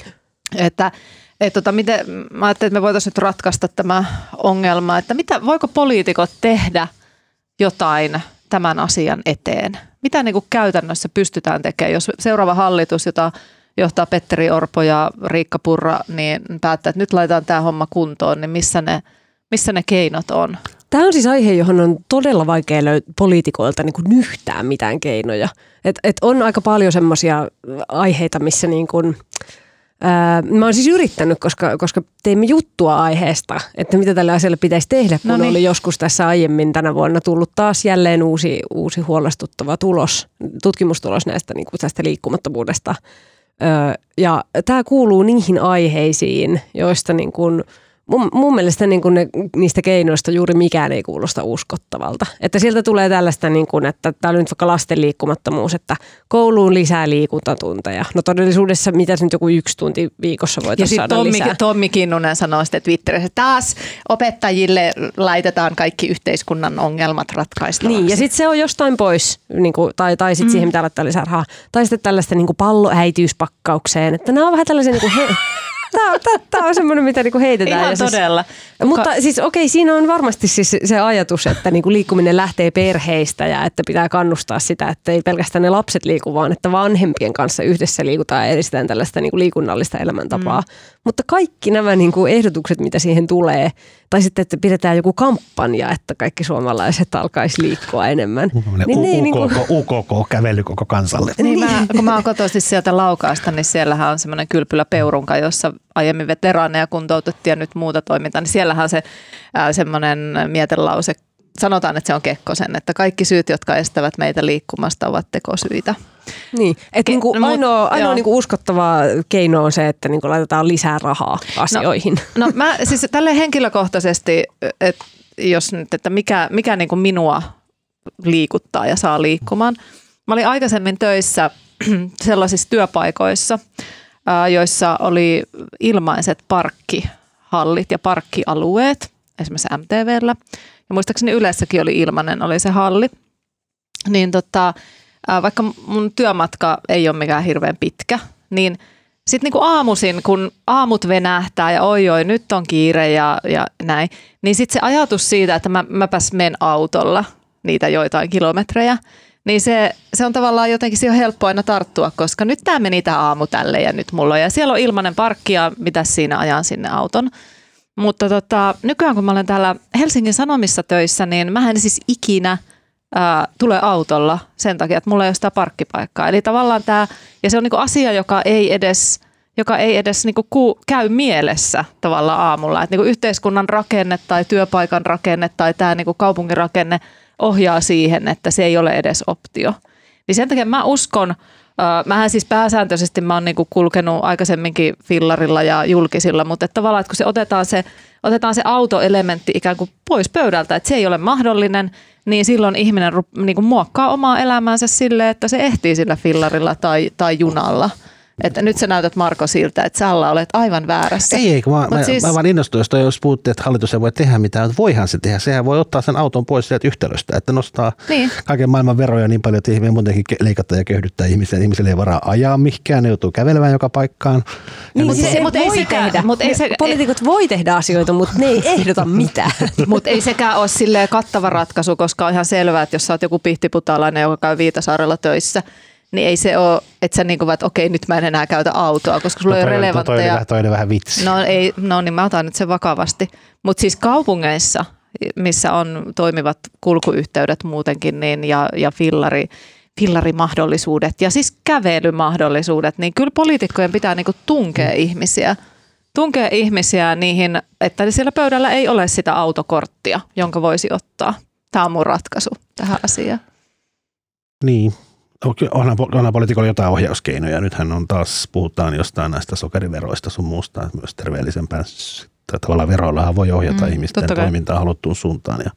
Että Et tota, miten, mä ajattelin, että me voitaisiin nyt ratkaista tämä ongelma, että mitä, voiko poliitikot tehdä jotain tämän asian eteen? Mitä niin kuin käytännössä pystytään tekemään, jos seuraava hallitus, jota johtaa Petteri Orpo ja Riikka Purra, niin päättää, että nyt laitetaan tämä homma kuntoon, niin missä ne, missä ne keinot on? Tämä on siis aihe, johon on todella vaikea löy- poliitikoilta niin kuin nyhtää mitään keinoja. Et, et on aika paljon semmoisia aiheita, missä niin kuin Ää, mä oon siis yrittänyt, koska, koska teimme juttua aiheesta, että mitä tälle asialle pitäisi tehdä, kun Noniin. oli joskus tässä aiemmin tänä vuonna tullut taas jälleen uusi, uusi huolestuttava tulos, tutkimustulos näistä niin kuin tästä liikkumattomuudesta. Öö, ja tämä kuuluu niihin aiheisiin, joista niin kuin Mun, mun mielestä niin kun ne, niistä keinoista juuri mikään ei kuulosta uskottavalta. Että sieltä tulee tällaista, niin kun, että täällä on nyt vaikka lasten liikkumattomuus, että kouluun lisää liikuntatunteja. No todellisuudessa mitäs nyt joku yksi tunti viikossa Ja voitaisiin sitten saada Tommi, lisää. Tommi Kinnunen sanoi sitten Twitterissä, että taas opettajille laitetaan kaikki yhteiskunnan ongelmat ratkaistavaksi. Niin, ja sitten se on jostain pois, niin kuin, tai, tai sitten mm. siihen pitää laittaa lisää rahaa. Tai sitten tällaista niin kuin palloäitiyspakkaukseen. Että nämä on vähän tällaisia niin kuin he, Tämä, tämä, tämä on semmoinen, mitä niinku heitetään. Ihan ja siis, todella. mutta siis okei, siinä on varmasti siis se ajatus, että niinku liikkuminen lähtee perheistä ja että pitää kannustaa sitä, että ei pelkästään ne lapset liiku, vaan että vanhempien kanssa yhdessä liikutaan ja edistetään tällaista niinku liikunnallista elämäntapaa. Mm. Mutta kaikki nämä niinku ehdotukset, mitä siihen tulee, tai sitten, että pidetään joku kampanja, että kaikki suomalaiset alkaisi liikkua enemmän. Niin U K K, U K K kävely koko kansalle. Niin, mä, kun mä oon kotoisin sieltä Laukaasta, niin siellähän on semmoinen Kylpylä Peurunka, jossa aiemmin veteraaneja kuntoutettiin ja nyt muuta toimintaa. Niin siellähän on se ää, semmoinen mietelause, sanotaan, että se on Kekkosen, että kaikki syyt, jotka estävät meitä liikkumasta, ovat tekosyitä. Niin, että niinku no, ainoa, ainoa niinku uskottava keino on se, että niinku laitetaan lisää rahaa asioihin. No, no mä siis tälleen henkilökohtaisesti, että jos nyt, että mikä, mikä niinku minua liikuttaa ja saa liikkumaan. Mä olin aikaisemmin töissä sellaisissa työpaikoissa, joissa oli ilmaiset parkkihallit ja parkkialueet, esimerkiksi M T V:llä. Ja muistaakseni Ylessäkin oli ilmainen, oli se halli. Niin tota, vaikka mun työmatka ei ole mikään hirveän pitkä, niin sitten niinku aamuisin, kun aamut venähtää ja oi oi, nyt on kiire ja, ja näin, niin sitten se ajatus siitä, että mä, mäpäs menen autolla niitä joitain kilometrejä, niin se, se on tavallaan jotenkin siihen helppo aina tarttua, koska nyt tämä meni tämä aamu tälle ja nyt mulla on. Ja siellä on ilmainen parkki ja mitä siinä ajan sinne auton. Mutta tota, nykyään kun mä olen täällä Helsingin Sanomissa töissä, niin mä en siis ikinä ää, tule autolla sen takia, että mulla ei ole sitä parkkipaikkaa. Eli tavallaan tämä, ja se on niinku asia, joka ei edes, joka ei edes niinku ku, käy mielessä tavallaan aamulla. Että niinku yhteiskunnan rakenne tai työpaikan rakenne tai tämä niinku kaupungin rakenne ohjaa siihen, että se ei ole edes optio. Niin sen takia mä uskon, mähän siis pääsääntöisesti mä oon niinku kulkenut aikaisemminkin fillarilla ja julkisilla, mutta että tavallaan, että kun se otetaan se, otetaan se autoelementti ikään kuin pois pöydältä, että se ei ole mahdollinen, niin silloin ihminen niinku muokkaa omaa elämäänsä silleen, että se ehtii sillä fillarilla tai, tai junalla. Että nyt sä näytät, Marko, siltä, että sä alla olet aivan väärässä. Ei, ei, kun mä, mä, siis... mä vaan innostuin, jos puhuttiin, että hallitus ei voi tehdä mitään, että voihan se tehdä. Sehän voi ottaa sen auton pois sieltä yhtälöstä, että nostaa niin kaiken maailman veroja niin paljon, että ihminen muutenkin leikata ja köyhdyttää ihmisiä. Ihmisille ei varaa ajaa mihinkään, ne joutuu kävelemään joka paikkaan. Niin, se, se, mutta ei se tehdä. Mut ei se, poliitikot voi tehdä asioita, mutta ne ei ehdota mitään. Mutta ei sekään ole silleen kattava ratkaisu, koska on ihan selvää, että jos sä oot joku pihtiputaalainen, joka käy Viitasaarella töissä, niin ei se ole, että sä niinku vaan, että okei, nyt mä en enää käytä autoa, koska sulla no, ei ole relevantteja. Toi oli vähän vitsi. No, ei, no niin, mä otan nyt sen vakavasti. Mutta siis kaupungeissa, missä on toimivat kulkuyhteydet muutenkin niin, ja, ja fillari, fillarimahdollisuudet ja siis kävelymahdollisuudet, niin kyllä poliitikkojen pitää niinku tunkea mm. ihmisiä. Tunkea ihmisiä niihin, että siellä pöydällä ei ole sitä autokorttia, jonka voisi ottaa. Tämä on mun ratkaisu tähän asiaan. Niin. Onhan, onhan poliitikolla jotain ohjauskeinoja. Nythän on taas, puhutaan jostain näistä sokeriveroista sun muusta, myös terveellisempään. Tavallaan veroillahan voi ohjata mm, ihmisten toimintaa haluttuun suuntaan. Ja...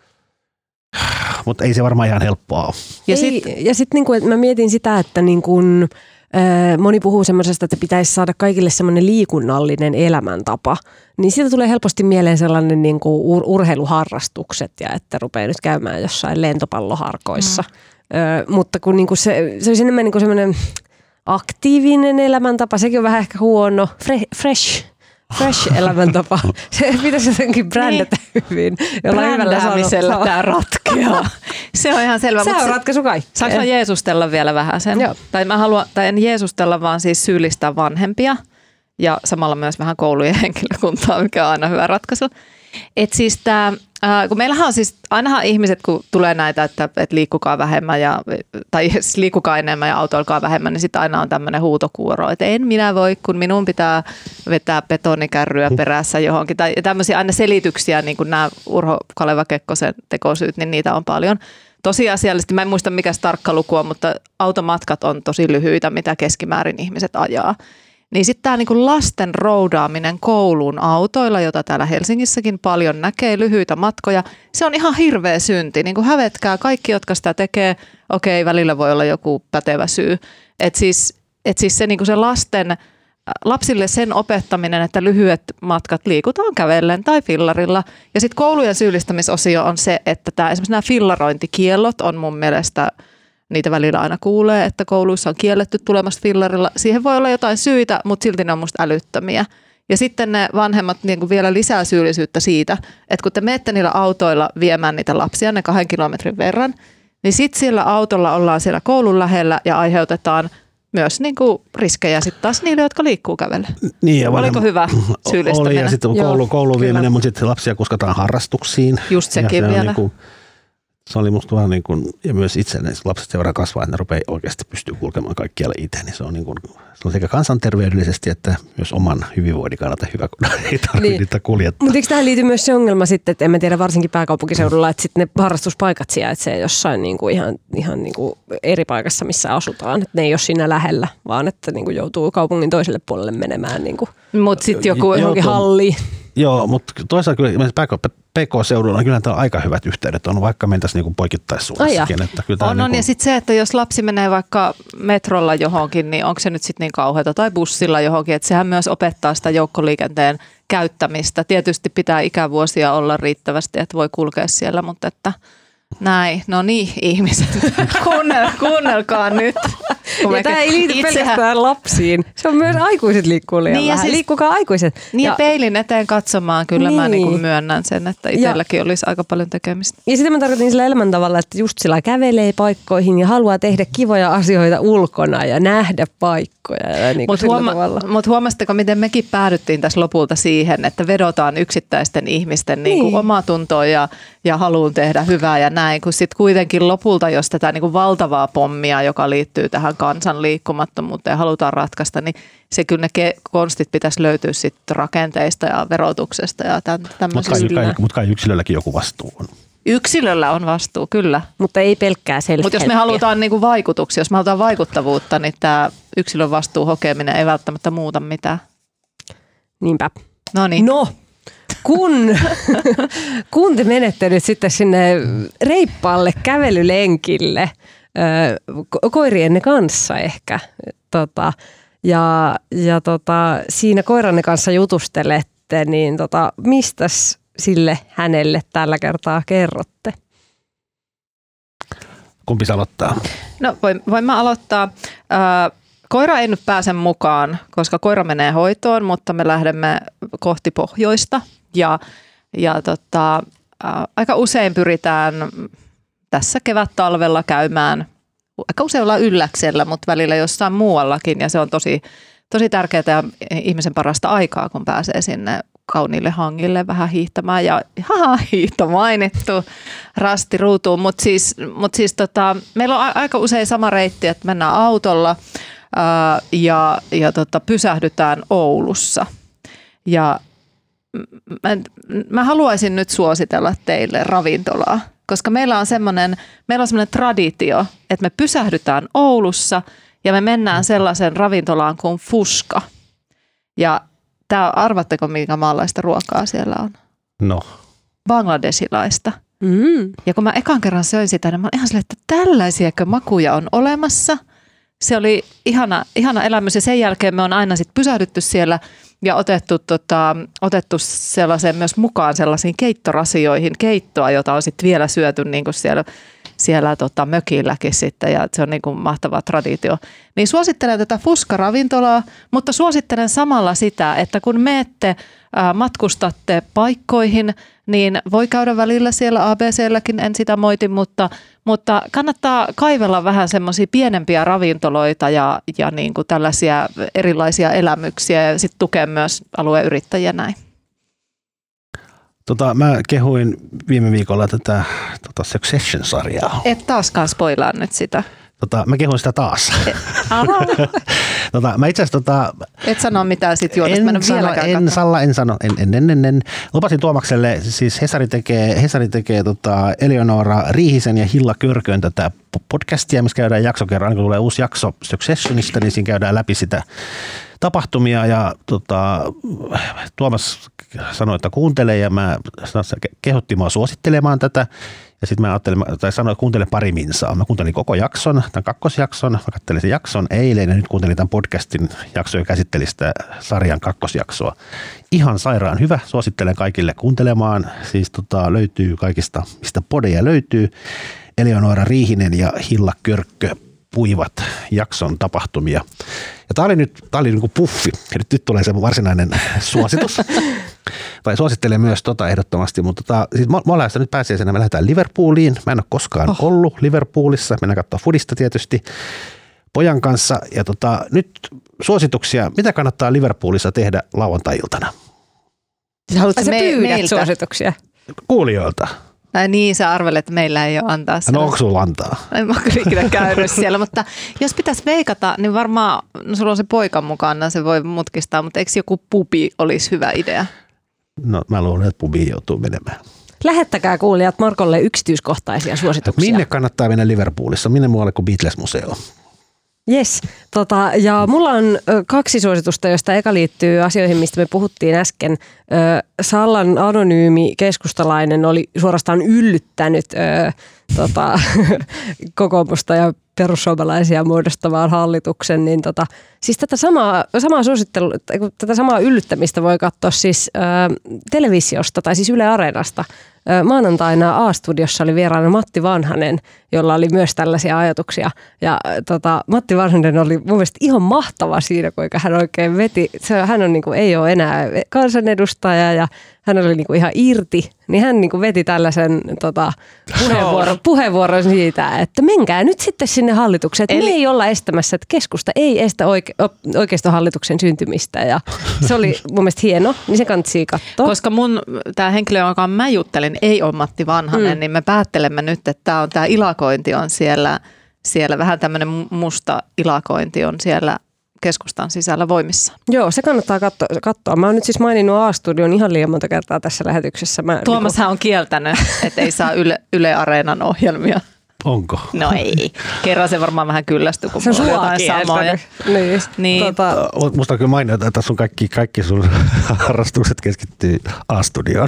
Mutta ei se varmaan ihan helppoa ole. Ja sitten sit, niinku, mä mietin sitä, että niinku, äh, moni puhuu semmoisesta, että pitäisi saada kaikille semmoinen liikunnallinen elämäntapa. Niin siitä tulee helposti mieleen sellainen niinku ur- urheiluharrastukset ja että rupeaa nyt käymään jossain lentopalloharkoissa. Mm. Ö, mutta kun niinku se, se olisi enemmän niinku semmoinen aktiivinen elämäntapa, sekin on vähän ehkä huono, Fre, fresh, fresh elämäntapa. Se pitäisi jotenkin brändätä niin hyvin. Brändäämisellä tämä ratkeaa. Se on ihan selvä. Se on ratkaisu kaikki. Saanko mä jeesustella vielä vähän sen? Joo. Tai mä haluan, tai en jeesustella, vaan siis syyllistää vanhempia ja samalla myös vähän koulujen henkilökuntaa, mikä on aina hyvä ratkaisu. Et siis tää, äh, kun meillähän on siis, ainahan ihmiset, kun tulee näitä, että, että liikkukaa vähemmän ja, tai siis liikkukaa enemmän ja autoilkaa vähemmän, niin sitten aina on tämmöinen huutokuoro, että en minä voi, kun minun pitää vetää betonikärryä perässä johonkin. Tai tämmöisiä aina selityksiä, niin kuin nämä Urho Kaleva Kekkosen tekosyyt, niin niitä on paljon. Tosiasiallisesti, mä en muista mikä tarkka luku on, mutta automatkat on tosi lyhyitä, mitä keskimäärin ihmiset ajaa. Niin sitten tämä niinku lasten roudaaminen kouluun autoilla, jota täällä Helsingissäkin paljon näkee, lyhyitä matkoja, se on ihan hirveä synti. Niinku hävetkää kaikki, jotka sitä tekee. Okei, välillä voi olla joku pätevä syy. Että siis, et siis se, niinku se lasten, lapsille sen opettaminen, että lyhyet matkat liikutaan kävellen tai fillarilla. Ja sitten koulujen syyllistämisosio on se, että tää, esimerkiksi nämä fillarointikiellot on mun mielestä... niitä välillä aina kuulee, että kouluissa on kielletty tulemasta fillarilla. Siihen voi olla jotain syitä, mutta silti ne on musta älyttömiä. Ja sitten ne vanhemmat niin kuin vielä lisää syyllisyyttä siitä, että kun te menette niillä autoilla viemään niitä lapsia ne kahden kilometrin verran, niin sitten sillä autolla ollaan siellä koulun lähellä ja aiheutetaan myös niin kuin riskejä sitten taas niille, jotka liikkuu kävellä. Niin, oliko hyvä syyllistäminen? Oli ja sitten koulu, kouluun vieminen, mutta sitten lapsia kuskataan harrastuksiin. Just sekin vielä. Niin kuin, se oli musta vähän niin kuin, ja myös itselleni, lapset sen verran kasvaa, että ne rupeaa oikeasti pystyy kulkemaan kaikkialle itse, niin se on, niin kuin, se on sekä kansanterveydellisesti että myös oman hyvinvoinnin kannalta hyvä, kun ei tarvitse niin. niitä kuljettaa. Mutta eikö tähän liity myös se ongelma sitten, että en mä tiedä varsinkin pääkaupunkiseudulla, että sitten ne harrastuspaikat sijaitsee jossain niin kuin ihan, ihan niin kuin eri paikassa, missä asutaan, että ne ei ole siinä lähellä, vaan että niin kuin joutuu kaupungin toiselle puolelle menemään niin kuin Mut sitten joku johonkin halliin. Joo, mutta toisaalta kyllä P K-seudulla on kyllä täällä aika hyvät yhteydet on, vaikka mentäisiin niinku poikittaissuunnassakin. Että kyllä on, niinku... on, ja sitten se, että jos lapsi menee vaikka metrolla johonkin, niin onko se nyt sitten niin kauheata, tai bussilla johonkin, että sehän myös opettaa sitä joukkoliikenteen käyttämistä. Tietysti pitää ikävuosia olla riittävästi, että voi kulkea siellä, mutta että näin, no niin ihmiset, Kuunnel, kuunnelkaa nyt. Ja tämä ei liity itsehän... pelkästään lapsiin, se on myös aikuiset liikkuu liian niin vähän. Siis... Liikkukaa aikuiset. Niin ja, ja peilin eteen katsomaan, kyllä niin. Mä niin kuin myönnän sen, että itselläkin ja... olisi aika paljon tekemistä. Ja sitten mä tarkoitin sillä elämäntavalla, että just sillä kävelee paikkoihin ja haluaa tehdä kivoja asioita ulkona ja nähdä paikkoja. Niin Mutta huoma- mut huomasitteko, miten mekin päädyttiin tässä lopulta siihen, että vedotaan yksittäisten ihmisten niin. Niin kuin omatuntoon ja, ja haluun tehdä hyvää ja näin, kun sitten kuitenkin lopulta, jos tätä niin kuin valtavaa pommia, joka liittyy tähän kansan liikkumattomuuteen halutaan ratkaista, niin se kyllä ne konstit pitäisi löytyä sitten rakenteista ja verotuksesta ja tämmöisistä. Mutta kai, mut kai yksilölläkin joku vastuu on. Yksilöllä on vastuu, kyllä. Mutta ei pelkkää self-helppiä. Mutta jos me halutaan niinku vaikutuksia, jos me halutaan vaikuttavuutta, niin tämä yksilön vastuun hokeminen ei välttämättä muuta mitään. Niinpä. Noniin. No, kun, kun te menette nyt sitten sinne reippaalle kävelylenkille, ko- koirienne kanssa ehkä, tota, ja, ja tota, siinä koiranne kanssa jutustelette, niin tota, mistäs sille hänelle tällä kertaa kerrotte? Kumpi se aloittaa? No voin, voin mä aloittaa. Äh, koira ei nyt pääse mukaan, koska koira menee hoitoon, mutta me lähdemme kohti pohjoista. Ja, ja tota, äh, aika usein pyritään tässä kevät-talvella käymään, aika usein ollaan Ylläksellä, mutta välillä jossain muuallakin. Ja se on tosi, tosi tärkeää ja ihmisen parasta aikaa, kun pääsee sinne kauniille hangille vähän hiihtämään ja haha, hiihto mainittu rasti ruutuun, mutta siis, mut siis tota, meillä on a- aika usein sama reitti, että mennään autolla ää, ja, ja tota, pysähdytään Oulussa ja mä, mä haluaisin nyt suositella teille ravintolaa, koska meillä on semmoinen meillä on semmoinen traditio, että me pysähdytään Oulussa ja me mennään sellaisen ravintolaan kuin Fuska ja Tää, arvatteko, minkä maalaista ruokaa siellä on? No. Bangladesilaista. Mm. Ja kun mä ekan kerran söin sitä, niin mä olin ihan silleen, että tällaisiakö makuja on olemassa. Se oli ihana, ihana elämys ja sen jälkeen me on aina sit pysähdytty siellä ja otettu, tota, otettu sellaiseen myös mukaan sellaisiin keittorasioihin keittoa, jota on sitten vielä syöty niin kuin siellä, siellä tota, mökilläkin sitten ja se on niin kuin mahtava traditio. Niin suosittelen tätä Fuska-ravintolaa, mutta suosittelen samalla sitä, että kun menette ää, matkustatte paikkoihin, niin voi käydä välillä siellä A B C:lläkin, en sitä moiti, mutta, mutta kannattaa kaivella vähän semmoisia pienempiä ravintoloita ja, ja niin kuin tällaisia erilaisia elämyksiä ja sitten tukea myös alueen yrittäjiä näin. Tota, mä kehuin viime viikolla tätä tota Succession-sarjaa. Et taaskaan spoilaa nyt sitä. Tota, mä kehuin sitä taas. Aha. tota, mä itse asiassa... Tota, et sano mitään sit juonesta, mä en ole vieläkään en salla, en sano, en, en, en, en, en. Lupasin Tuomakselle, siis Hesari tekee, Hesari tekee tota Eleonora Riihisen ja Hilla Körkön tätä podcastia, missä käydään jakso kerran, kun tulee uusi jakso Successionista, niin siinä käydään läpi sitä tapahtumia ja tota, Tuomas sanoi, että kuuntele ja mä kehotti mua suosittelemaan tätä. Ja sitten mä ajattelin, tai sanoin, että kuuntele pari minsaa. Mä kuuntelin koko jakson, tämän kakkosjakson, mä katselin sen jakson eilen ja nyt kuuntelin tämän podcastin jakson ja käsittelin sitä sarjan kakkosjaksoa. Ihan sairaan hyvä, suosittelen kaikille kuuntelemaan. Siis tota, löytyy kaikista, mistä podeja löytyy. Eleonora Riihinen ja Hilla Körkkö puivat jakson tapahtumia. Ja tämä oli nyt tää oli niin kuin puffi. Ja nyt, nyt tulee se varsinainen suositus. Tai suosittelen myös tota ehdottomasti, mutta tota, siis me ollaan nyt pääsiäisenä, me lähdetään Liverpooliin. Mä en ole koskaan oh. ollut Liverpoolissa. Mennään katsoa fudista tietysti pojan kanssa. Ja tota, nyt suosituksia, mitä kannattaa Liverpoolissa tehdä lauantai-iltana? Haluatko me, pyydät meiltä suosituksia? Kuulijoilta. Tai niin, sä arvelet, että meillä ei ole antaa sitä. No onko sulla antaa? En mä ole ikinä käynyt siellä, mutta jos pitäisi veikata, niin varmaan, no sulla on se poika mukana, se voi mutkistaa, mutta eikö joku pubi olisi hyvä idea? No mä luulen, että pubiin joutuu menemään. Lähettäkää kuulijat Markolle yksityiskohtaisia suosituksia. Minne kannattaa mennä Liverpoolissa? Minne muualle kuin Beatles-museo? Jes, tota, ja mulla on ö, kaksi suositusta, joista eka liittyy asioihin, mistä me puhuttiin äsken. Ö, Sallan anonyymi keskustalainen oli suorastaan yllyttänyt ö, tota, kokoomusta ja perussuomalaisia muodostavaan hallituksen, niin tota, siis tätä samaa, samaa suosittelua, tätä samaa yllyttämistä voi katsoa siis ö, televisiosta tai siis Yle Areenasta. Maanantaina A-studiossa oli vieraana Matti Vanhanen, jolla oli myös tällaisia ajatuksia. Ja tota, Matti Vanhanen oli mun mielestä ihan mahtava siinä, kuinka hän oikein veti. Se, hän on, niin kuin, ei ole enää kansanedustaja ja hän oli niin kuin ihan irti. Niin hän niin kuin veti tällaisen tota, puheenvuoron, puheenvuoron siitä, että menkää nyt sitten sinne hallitukseen. Että Eli... me ei olla estämässä, että keskusta ei estä oike- oikeistohallituksen syntymistä. Ja se oli mun mielestä hieno, niin se kannattaa katsoa. Koska mun tämä henkilö, jonka mä juttelin, ei ole Matti Vanhanen, mm. niin me päättelemme nyt, että tämä on tämä ilakointi on siellä, siellä vähän tämmöinen musta ilakointi on siellä keskustan sisällä voimissa. Joo, se kannattaa katsoa. katsoa. Mä oon nyt siis maininnut A-studion ihan liian monta kertaa tässä lähetyksessä. Mä, Tuomashan niin on kieltänyt, että ei saa Yle, Yle Areenan ohjelmia. Onko? No ei. Kerran se varmaan vähän kyllästyy, kun se on jotain samoja. Niin. niin. Tota... Musta on kyllä mainita, että sun kaikki, kaikki sun harrastukset keskittyy A-studioon.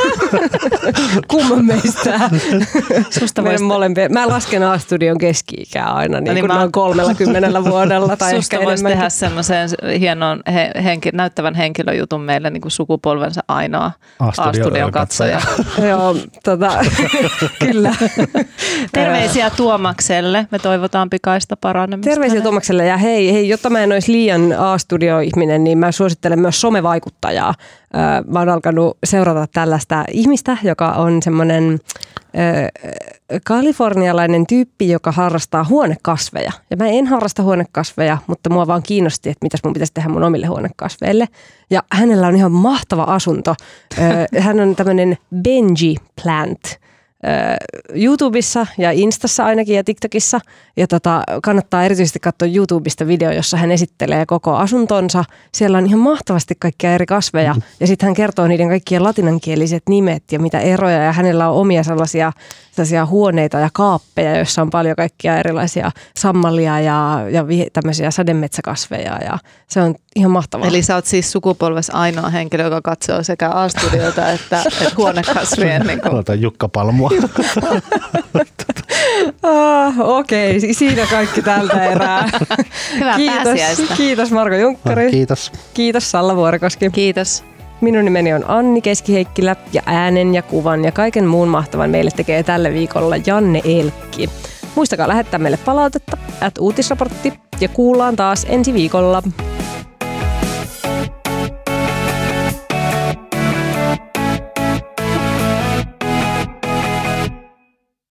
Kumman meistä? Susta voisi... molempia. Mä lasken A-studion keski-ikää aina niin, no niin kuin mä... noin kolmellakymmenellä vuodella. Tai Susta voisi tehdä semmoisen hienon he, henki, näyttävän henkilöjutun meille niin kuin sukupolvensa ainoa A-studion katsoja. Joo, tota, kyllä. Terveisiä Tuomakselle. Me toivotaan pikaista paranemista. Terveisiä Tuomakselle. Ja hei, hei, jotta mä en olisi liian A-studio-ihminen, niin mä suosittelen myös somevaikuttajaa. Mä oon alkanut seurata tällaista ihmistä, joka on semmoinen kalifornialainen tyyppi, joka harrastaa huonekasveja. Ja mä en harrasta huonekasveja, mutta mua vaan kiinnosti, että mitäs mun pitäisi tehdä mun omille huonekasveille. Ja hänellä on ihan mahtava asunto. Hän on tämmöinen Benji Plant. YouTubessa ja Instassa ainakin ja TikTokissa. Ja tota, kannattaa erityisesti katsoa YouTubesta video, jossa hän esittelee koko asuntonsa. Siellä on ihan mahtavasti kaikkia eri kasveja. Mm. Ja sitten hän kertoo niiden kaikkien latinankieliset nimet ja mitä eroja. Ja hänellä on omia sellaisia, sellaisia huoneita ja kaappeja, joissa on paljon kaikkia erilaisia sammalia ja, ja tämmöisiä sademetsäkasveja. Ja se on ihan mahtavaa. Eli sä oot siis sukupolvessa ainoa henkilö, joka katsoo sekä A-studiota että, että huonekasvien. Niin kuin... Jukka Palmua. ah, Okei, okay. Siinä kaikki tältä erää. Hyvää kiitos, pääsiäistä. Kiitos Marko Junkkari. Ah, kiitos. Kiitos Salla Vuorikoski. Kiitos. Minun nimeni on Anni Keski-Heikkilä ja äänen ja kuvan ja kaiken muun mahtavan meille tekee tällä viikolla Janne Elkki. Muistakaa lähettää meille palautetta at uutisraportti ja kuullaan taas ensi viikolla.